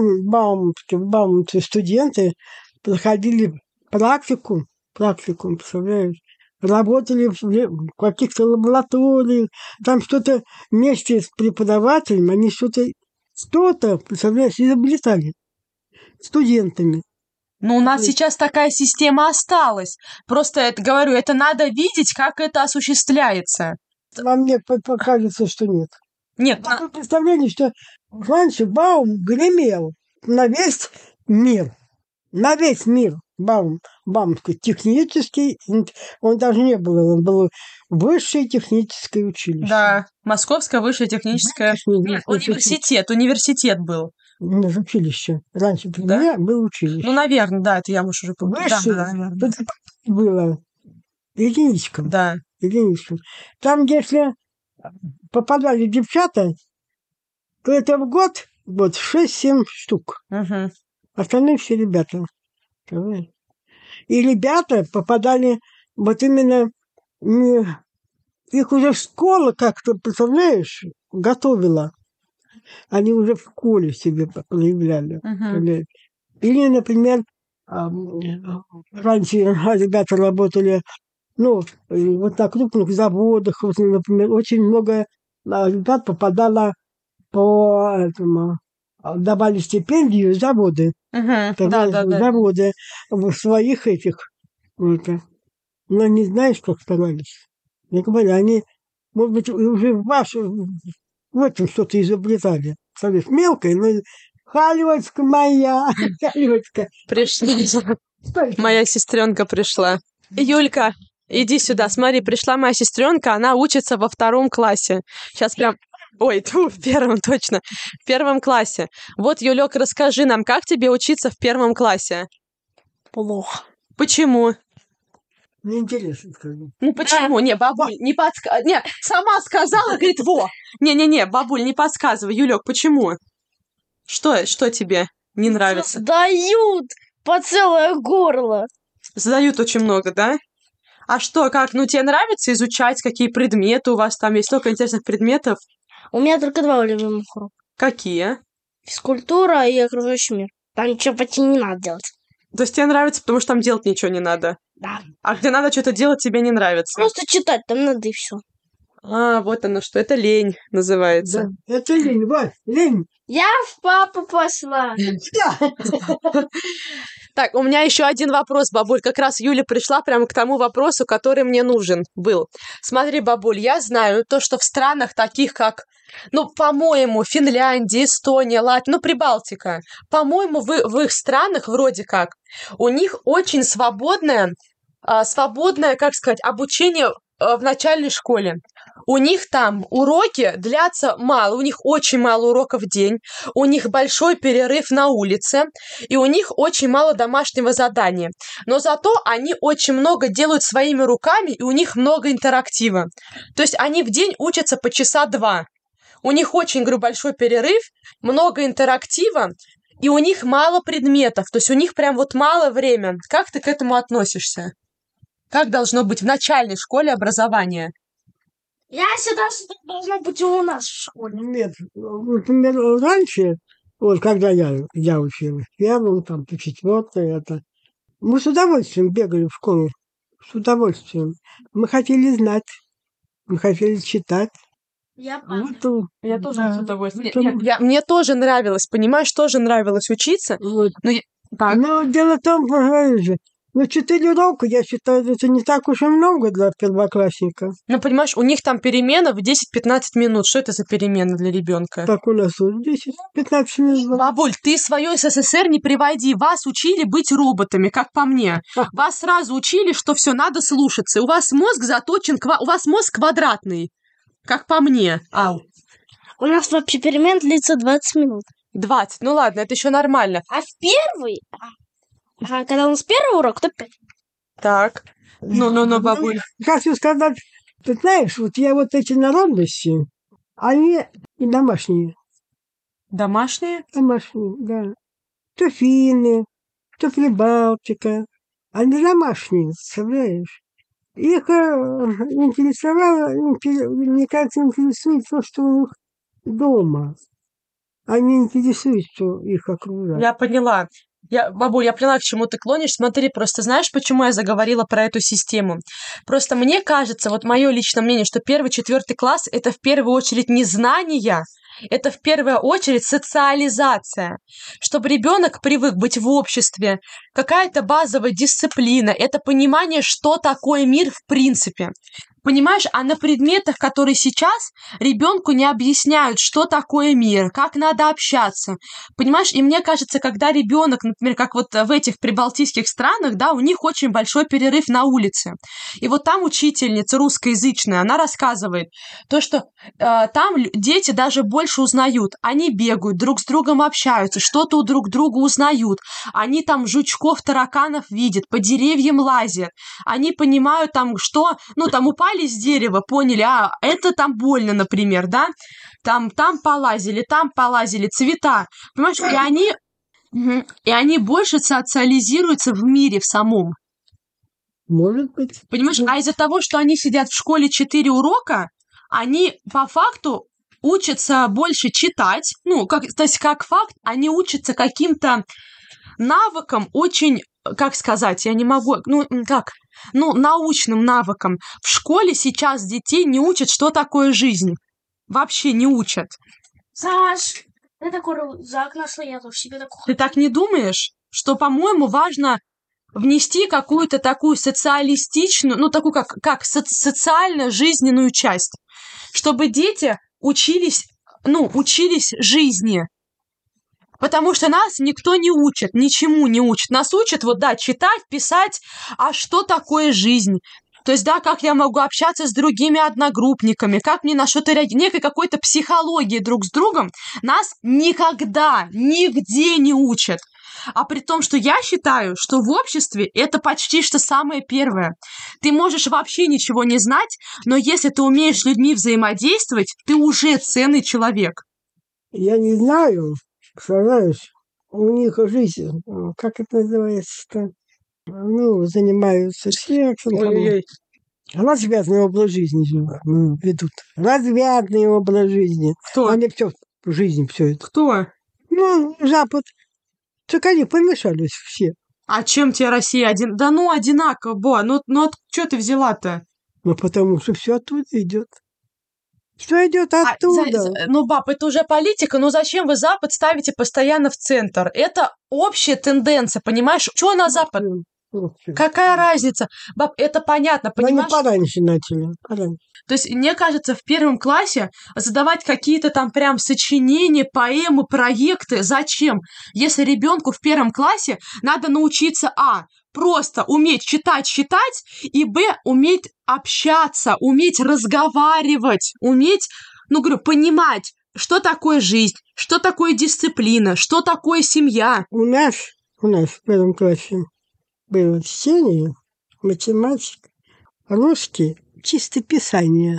студенты проходили практику, представляешь, работали в каких-то лабораториях, там что-то вместе с преподавателем, они что-то, представляешь, изобретали студентами. Ну, у нас сейчас такая система осталась. Просто, это, говорю, это надо видеть, как это осуществляется. А мне кажется, что нет. Нет, Такое представление, что раньше Баум гремел на весь мир. На весь мир Баумский технический, он даже не был, он был высшее техническое училище. да, Московское высшее техническое... Нет, университет был. Нет, училище. Раньше при Да? мне было училище. Ну, наверное, да, это я, может, уже помню. Высшее наверное. было единичком. Да. Единичком. Там, если попадали девчата, то это в год 6-7 штук. Угу. Остальные все ребята. Понимаешь? И ребята попадали вот именно... Их уже школа как-то, представляешь, готовила. Они уже в школе себе проявляли. Угу. Или, например, раньше ребята работали, ну, вот на крупных заводах, вот, например, очень много ребят попадало по этому, давали стипендию заводы. Угу. Заводы в своих этих. Вот. Но не знаешь, как старались. Я говорю, они, может быть, уже в этом что-то изобретали. Смотришь, мелкое, но Халевочка моя, Халевочка. Пришла. Моя сестренка пришла. Юлька, иди сюда, смотри, пришла моя сестренка, она учится во 2 классе. Сейчас прям... Ой, в 1 точно. В 1 классе. Вот, Юлек, расскажи нам, как тебе учиться в 1 классе? Плохо. Почему? Мне интересно, скажу. Ну почему? Не, бабуль, не подсказывай. Не, сама сказала, говорит, во. Не, бабуль, не подсказывай. Юлек, почему? Что тебе не нравится? Дают по целое горло. Задают очень много, да? А что, как? Ну, тебе нравится изучать, какие предметы у вас там есть? Столько интересных предметов. У меня только 2 любимых урока. Какие? Физкультура и окружающий мир. Там ничего почти не надо делать. То есть тебе нравится, потому что там делать ничего не надо? Да. А где надо что-то делать, тебе не нравится? Просто читать там надо и все. А, вот оно что. Это лень называется. Да, это лень, Вась, лень. Я в папу пошла. Так, у меня еще один вопрос, бабуль. Как раз Юля пришла прямо к тому вопросу, который мне нужен был. Смотри, бабуль, я знаю то, что в странах таких, как, ну, по-моему, Финляндия, Эстония, Латвия, ну, Прибалтика, по-моему, в их странах вроде как, у них очень свободное, как сказать, обучение в начальной школе. У них там уроки длятся мало, у них очень мало уроков в день, у них большой перерыв на улице, и у них очень мало домашнего задания. Но зато они очень много делают своими руками, и у них много интерактива. То есть они в день учатся по 2 часа. У них очень, говорю, большой перерыв, много интерактива, и у них мало предметов. То есть у них прям вот мало времени. Как ты к этому относишься? Как должно быть в начальной школе образование? Я считаю, что так должно быть и у нас в школе. Нет, например, раньше, вот когда я училась, в 1, там, по 4, это, мы с удовольствием бегали в школу, с удовольствием. Мы хотели знать, мы хотели читать. Я тоже с удовольствием. Мне тоже нравилось, понимаешь, тоже нравилось учиться. Вот. Так. Но дело в том, понимаешь, Ну, 4 урока, я считаю, это не так уж и много для первоклассника. Ну, понимаешь, у них там перемена в 10-15 минут. Что это за перемена для ребенка? Так у нас тут 10-15 минут. Бабуль, ты свое СССР не приводи. Вас учили быть роботами, как по мне. Вас сразу учили, что все надо слушаться. У вас мозг заточен, у вас мозг квадратный, как по мне. У нас вообще перемен длится 20 минут. 20, ну ладно, это еще нормально. А в первый, когда у нас первый урок, то 5. Так. Ну, бабуль. Хочу сказать, ты знаешь, вот я вот эти народности, они и домашние. Домашние? Домашние, да. То финны, то Прибалтика. Они домашние, представляешь? Их интересовало, мне кажется, интересует то, что у них дома. Они интересуют, что их окружает. Я поняла. Бабуль, я поняла, к чему ты клонишь. Смотри, просто знаешь, почему я заговорила про эту систему? Просто мне кажется, вот мое личное мнение, что 1-4 класс — это в первую очередь не знания, это в первую очередь социализация. Чтобы ребенок привык быть в обществе, какая-то базовая дисциплина, это понимание, что такое мир в принципе. Понимаешь, а на предметах, которые сейчас, ребенку не объясняют, что такое мир, как надо общаться. Понимаешь, и мне кажется, когда ребенок, например, как вот в этих прибалтийских странах, да, у них очень большой перерыв на улице. И вот там учительница русскоязычная, она рассказывает то, что там дети даже больше узнают. Они бегают, друг с другом общаются, что-то у друг друга узнают. Они там жучков, тараканов видят, по деревьям лазят. Они понимают там, что, ну, там упали с дерева, поняли, это там больно, например, да? Там полазили, цвета. Понимаешь, и они больше социализируются в мире в самом. Может быть. Понимаешь, а из-за того, что они сидят в школе 4 урока, они по факту учатся больше читать. Ну, то есть как факт, они учатся каким-то навыкам очень, как сказать, я не могу, научным навыкам. В школе сейчас детей не учат, что такое жизнь. Вообще не учат. Саш, ты такой рюкзак нашла, я тоже себе такой. Ты так не думаешь? Что, по-моему, важно внести какую-то такую социалистичную, ну, такую как социально-жизненную часть, чтобы дети учились жизни. Потому что нас никто не учит, ничему не учит. Нас учат, читать, писать, а что такое жизнь? То есть, да, как я могу общаться с другими одногруппниками, как мне на что-то реагировать, некой какой-то психологии друг с другом нас никогда, нигде не учат. А при том, что я считаю, что в обществе это почти что самое первое. Ты можешь вообще ничего не знать, но если ты умеешь с людьми взаимодействовать, ты уже ценный человек. Я не знаю, представляешь, у них жизнь, как это называется-то? Ну, занимаются сексом. Развязный образ жизни ведут. Развязный образ жизни. Кто? Они все, жизнь все это. Кто? Ну, Запад. Так они помешались все. А чем тебе Россия один? Да ну, одинаково, что ты взяла-то? Ну, потому что все оттуда идет. Все идет оттуда. Баб, это уже политика, но зачем вы Запад ставите постоянно в центр? Это общая тенденция, понимаешь? Что на Запад? Какая разница? Баб, это понятно, понимаешь? Но они пораньше начали. Пораньше. То есть, мне кажется, в 1 классе задавать какие-то там прям сочинения, поэмы, проекты. Зачем? Если ребенку в 1 классе надо научиться, просто уметь читать, и, уметь общаться, уметь разговаривать, уметь, понимать, что такое жизнь, что такое дисциплина, что такое семья. У нас в 1 классе было чтение, математика, русский, чистое писание.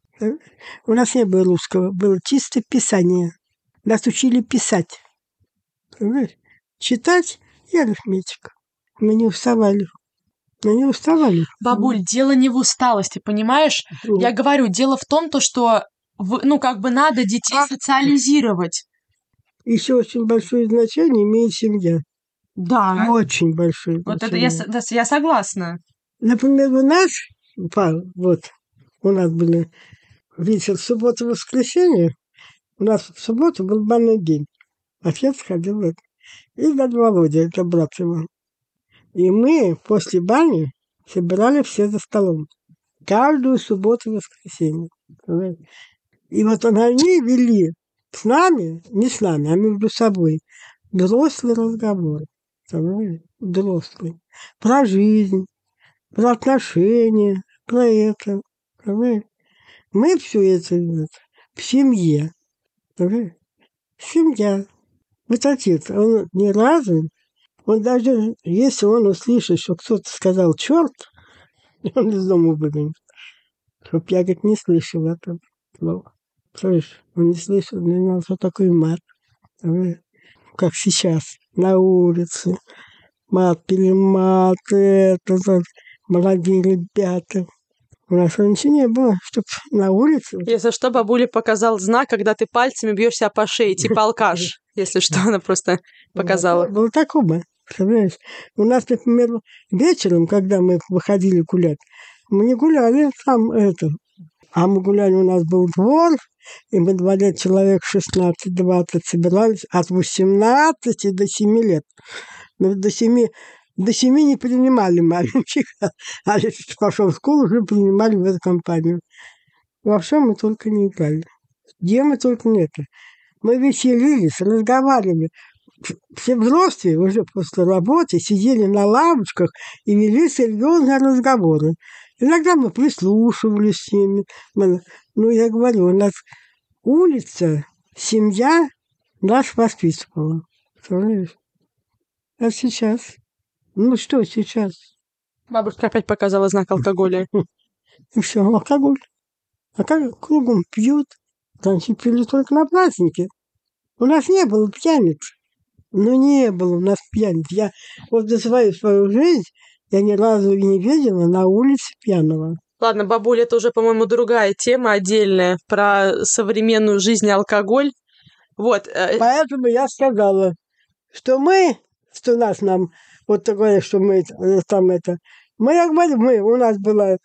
У нас не было русского, было чистое писание. Нас учили писать. Понимаешь? Читать и арифметика. Мы не уставали. Бабуль, дело не в усталости, понимаешь? Я говорю, дело в том, что надо детей социализировать. Еще очень большое значение имеет семья. Да. Очень большое значение. Это я согласна. Например, у нас были вечер суббота-воскресенье. У нас в субботу был банный день. Отец ходил и дядя Володя, это брат его. И мы после бани собирали все за столом. Каждую субботу и воскресенье. Понимаете? И вот они вели с нами, не с нами, а между собой, взрослый разговор. Понимаете? Взрослый. Про жизнь, про отношения, про это. Понимаете? Мы все это в семье. Понимаете? Семья. Вот отец, он ни разу, он даже, если он услышит, что кто-то сказал черт, он из дома выгонит. Чтоб я, говорит, не слышал этого слова. Слышишь, он не слышал, не знал, что такое мат. Как сейчас, на улице. Мат, перемат, молодые ребята. У нас ничего не было, чтоб на улице. Если что, бабуля показал знак, когда ты пальцами бьешь себя по шее, типа алкаш. Если что, она просто показала. Было такого, представляешь? У нас, например, вечером, когда мы выходили гулять, мы не гуляли там а мы гуляли, у нас был двор, и мы во дворе человек 16-20 собирались от 18 до 7 лет. Но до 7 не принимали маленьких, а если пошел в школу, уже принимали в эту компанию. Во всем мы только не играли. Где мы только не это. Мы веселились, разговаривали. Все взрослые уже после работы сидели на лавочках и вели серьезные разговоры. Иногда мы прислушивались с ними. Ну, я говорю, у нас улица, семья нас воспитывала. Понимаешь? А сейчас? Ну, что сейчас? Бабушка опять показала знак алкоголя. И все, алкоголь. А как кругом пьют? Раньше пили только на празднике. У нас не было пьяниц. Ну, не было у нас пьяниц. Я вот за свою жизнь я ни разу не видела на улице пьяного. Ладно, бабуля, это уже, по-моему, другая тема отдельная про современную жизнь и алкоголь. Вот. Поэтому я сказала, что нам, вот такое, что мы там это... Я говорю, у нас было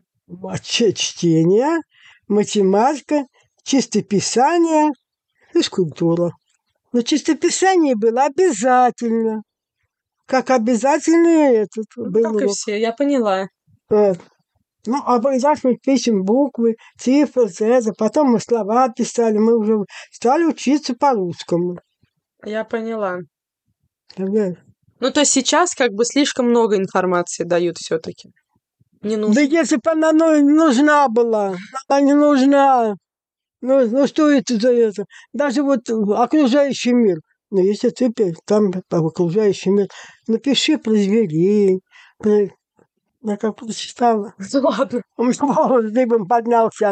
чтение, математика, чистописание, физкультура. Но чистописание было обязательно. Как обязательно этот был. Как и все, я поняла. Вот. Ну, обязательно пишем буквы, цифры, это. Потом мы слова писали, мы уже стали учиться по-русскому. Я поняла. Понимаешь? Ну, то есть сейчас как бы слишком много информации дают все-таки. Не нужно. Да если бы она нужна была, она не нужна. Ну что это за это? Даже вот окружающий мир. Ну, если ты там окружающий мир, напиши про зверей. Я как прочитала. Ладно. У меня волос дыбом поднялся.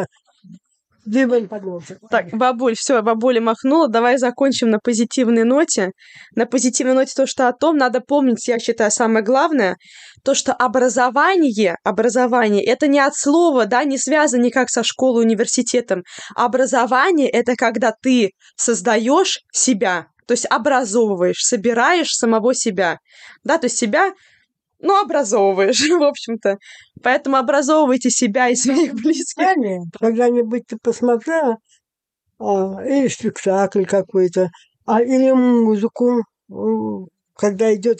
Так, бабуль, все, бабуля махнула. Давай закончим на позитивной ноте. На позитивной ноте то, что о том надо помнить, я считаю, самое главное, то, что образование, это не от слова, да, не связано никак со школой, университетом. Образование — это когда ты создаешь себя, то есть образовываешь, собираешь самого себя, да, то есть себя, образовываешь, в общем-то. Поэтому образовывайте себя и своих близких. Когда-нибудь ты посмотрела или спектакль какой-то, или музыку, когда идет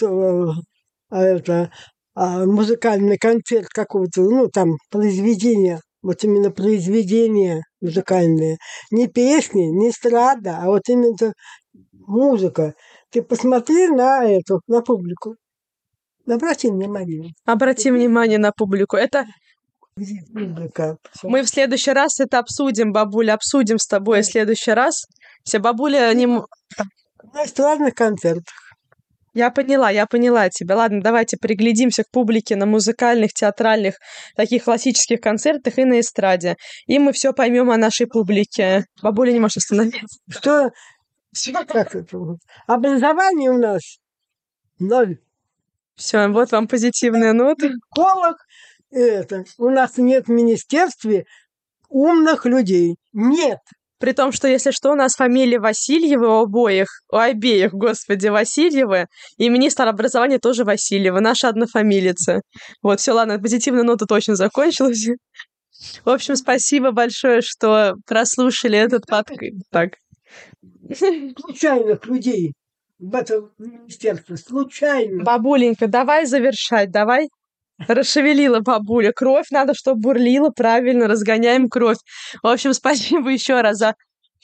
музыкальный концерт какого-то, там произведение, вот именно произведение музыкальное. Не песни, не эстрада, а вот именно музыка. Ты посмотри на публику. Обрати внимание. Обрати внимание на публику. Это публика. Мы в следующий раз это обсудим, бабуля, обсудим с тобой в следующий раз. Все, бабуля не... На эстрадных концертах. Я поняла тебя. Ладно, давайте приглядимся к публике на музыкальных, театральных, таких классических концертах и на эстраде. И мы все поймем о нашей публике. Бабуля не может остановиться. Что? Как это? Образование у нас 0. Все, вот вам позитивная нота. Школах у нас нет в министерстве умных людей. Нет. При том, что, если что, у нас фамилия Васильева у обеих, господи, Васильевы, и министр образования тоже Васильева, наша однофамилица. Вот, все, ладно, позитивная нота точно закончилась. В общем, спасибо большое, что прослушали этот подкаст. Так. Случайных людей. в это министерство случайно. Бабуленька, давай завершать, давай. Расшевелила бабуля. Кровь надо, чтобы бурлила, правильно, разгоняем кровь. В общем, спасибо еще раз за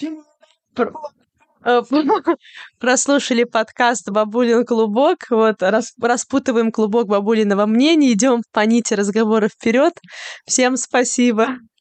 прослушали подкаст «Бабулин клубок». Вот, распутываем клубок бабулиного мнения, идем по нити разговора вперед. Всем спасибо.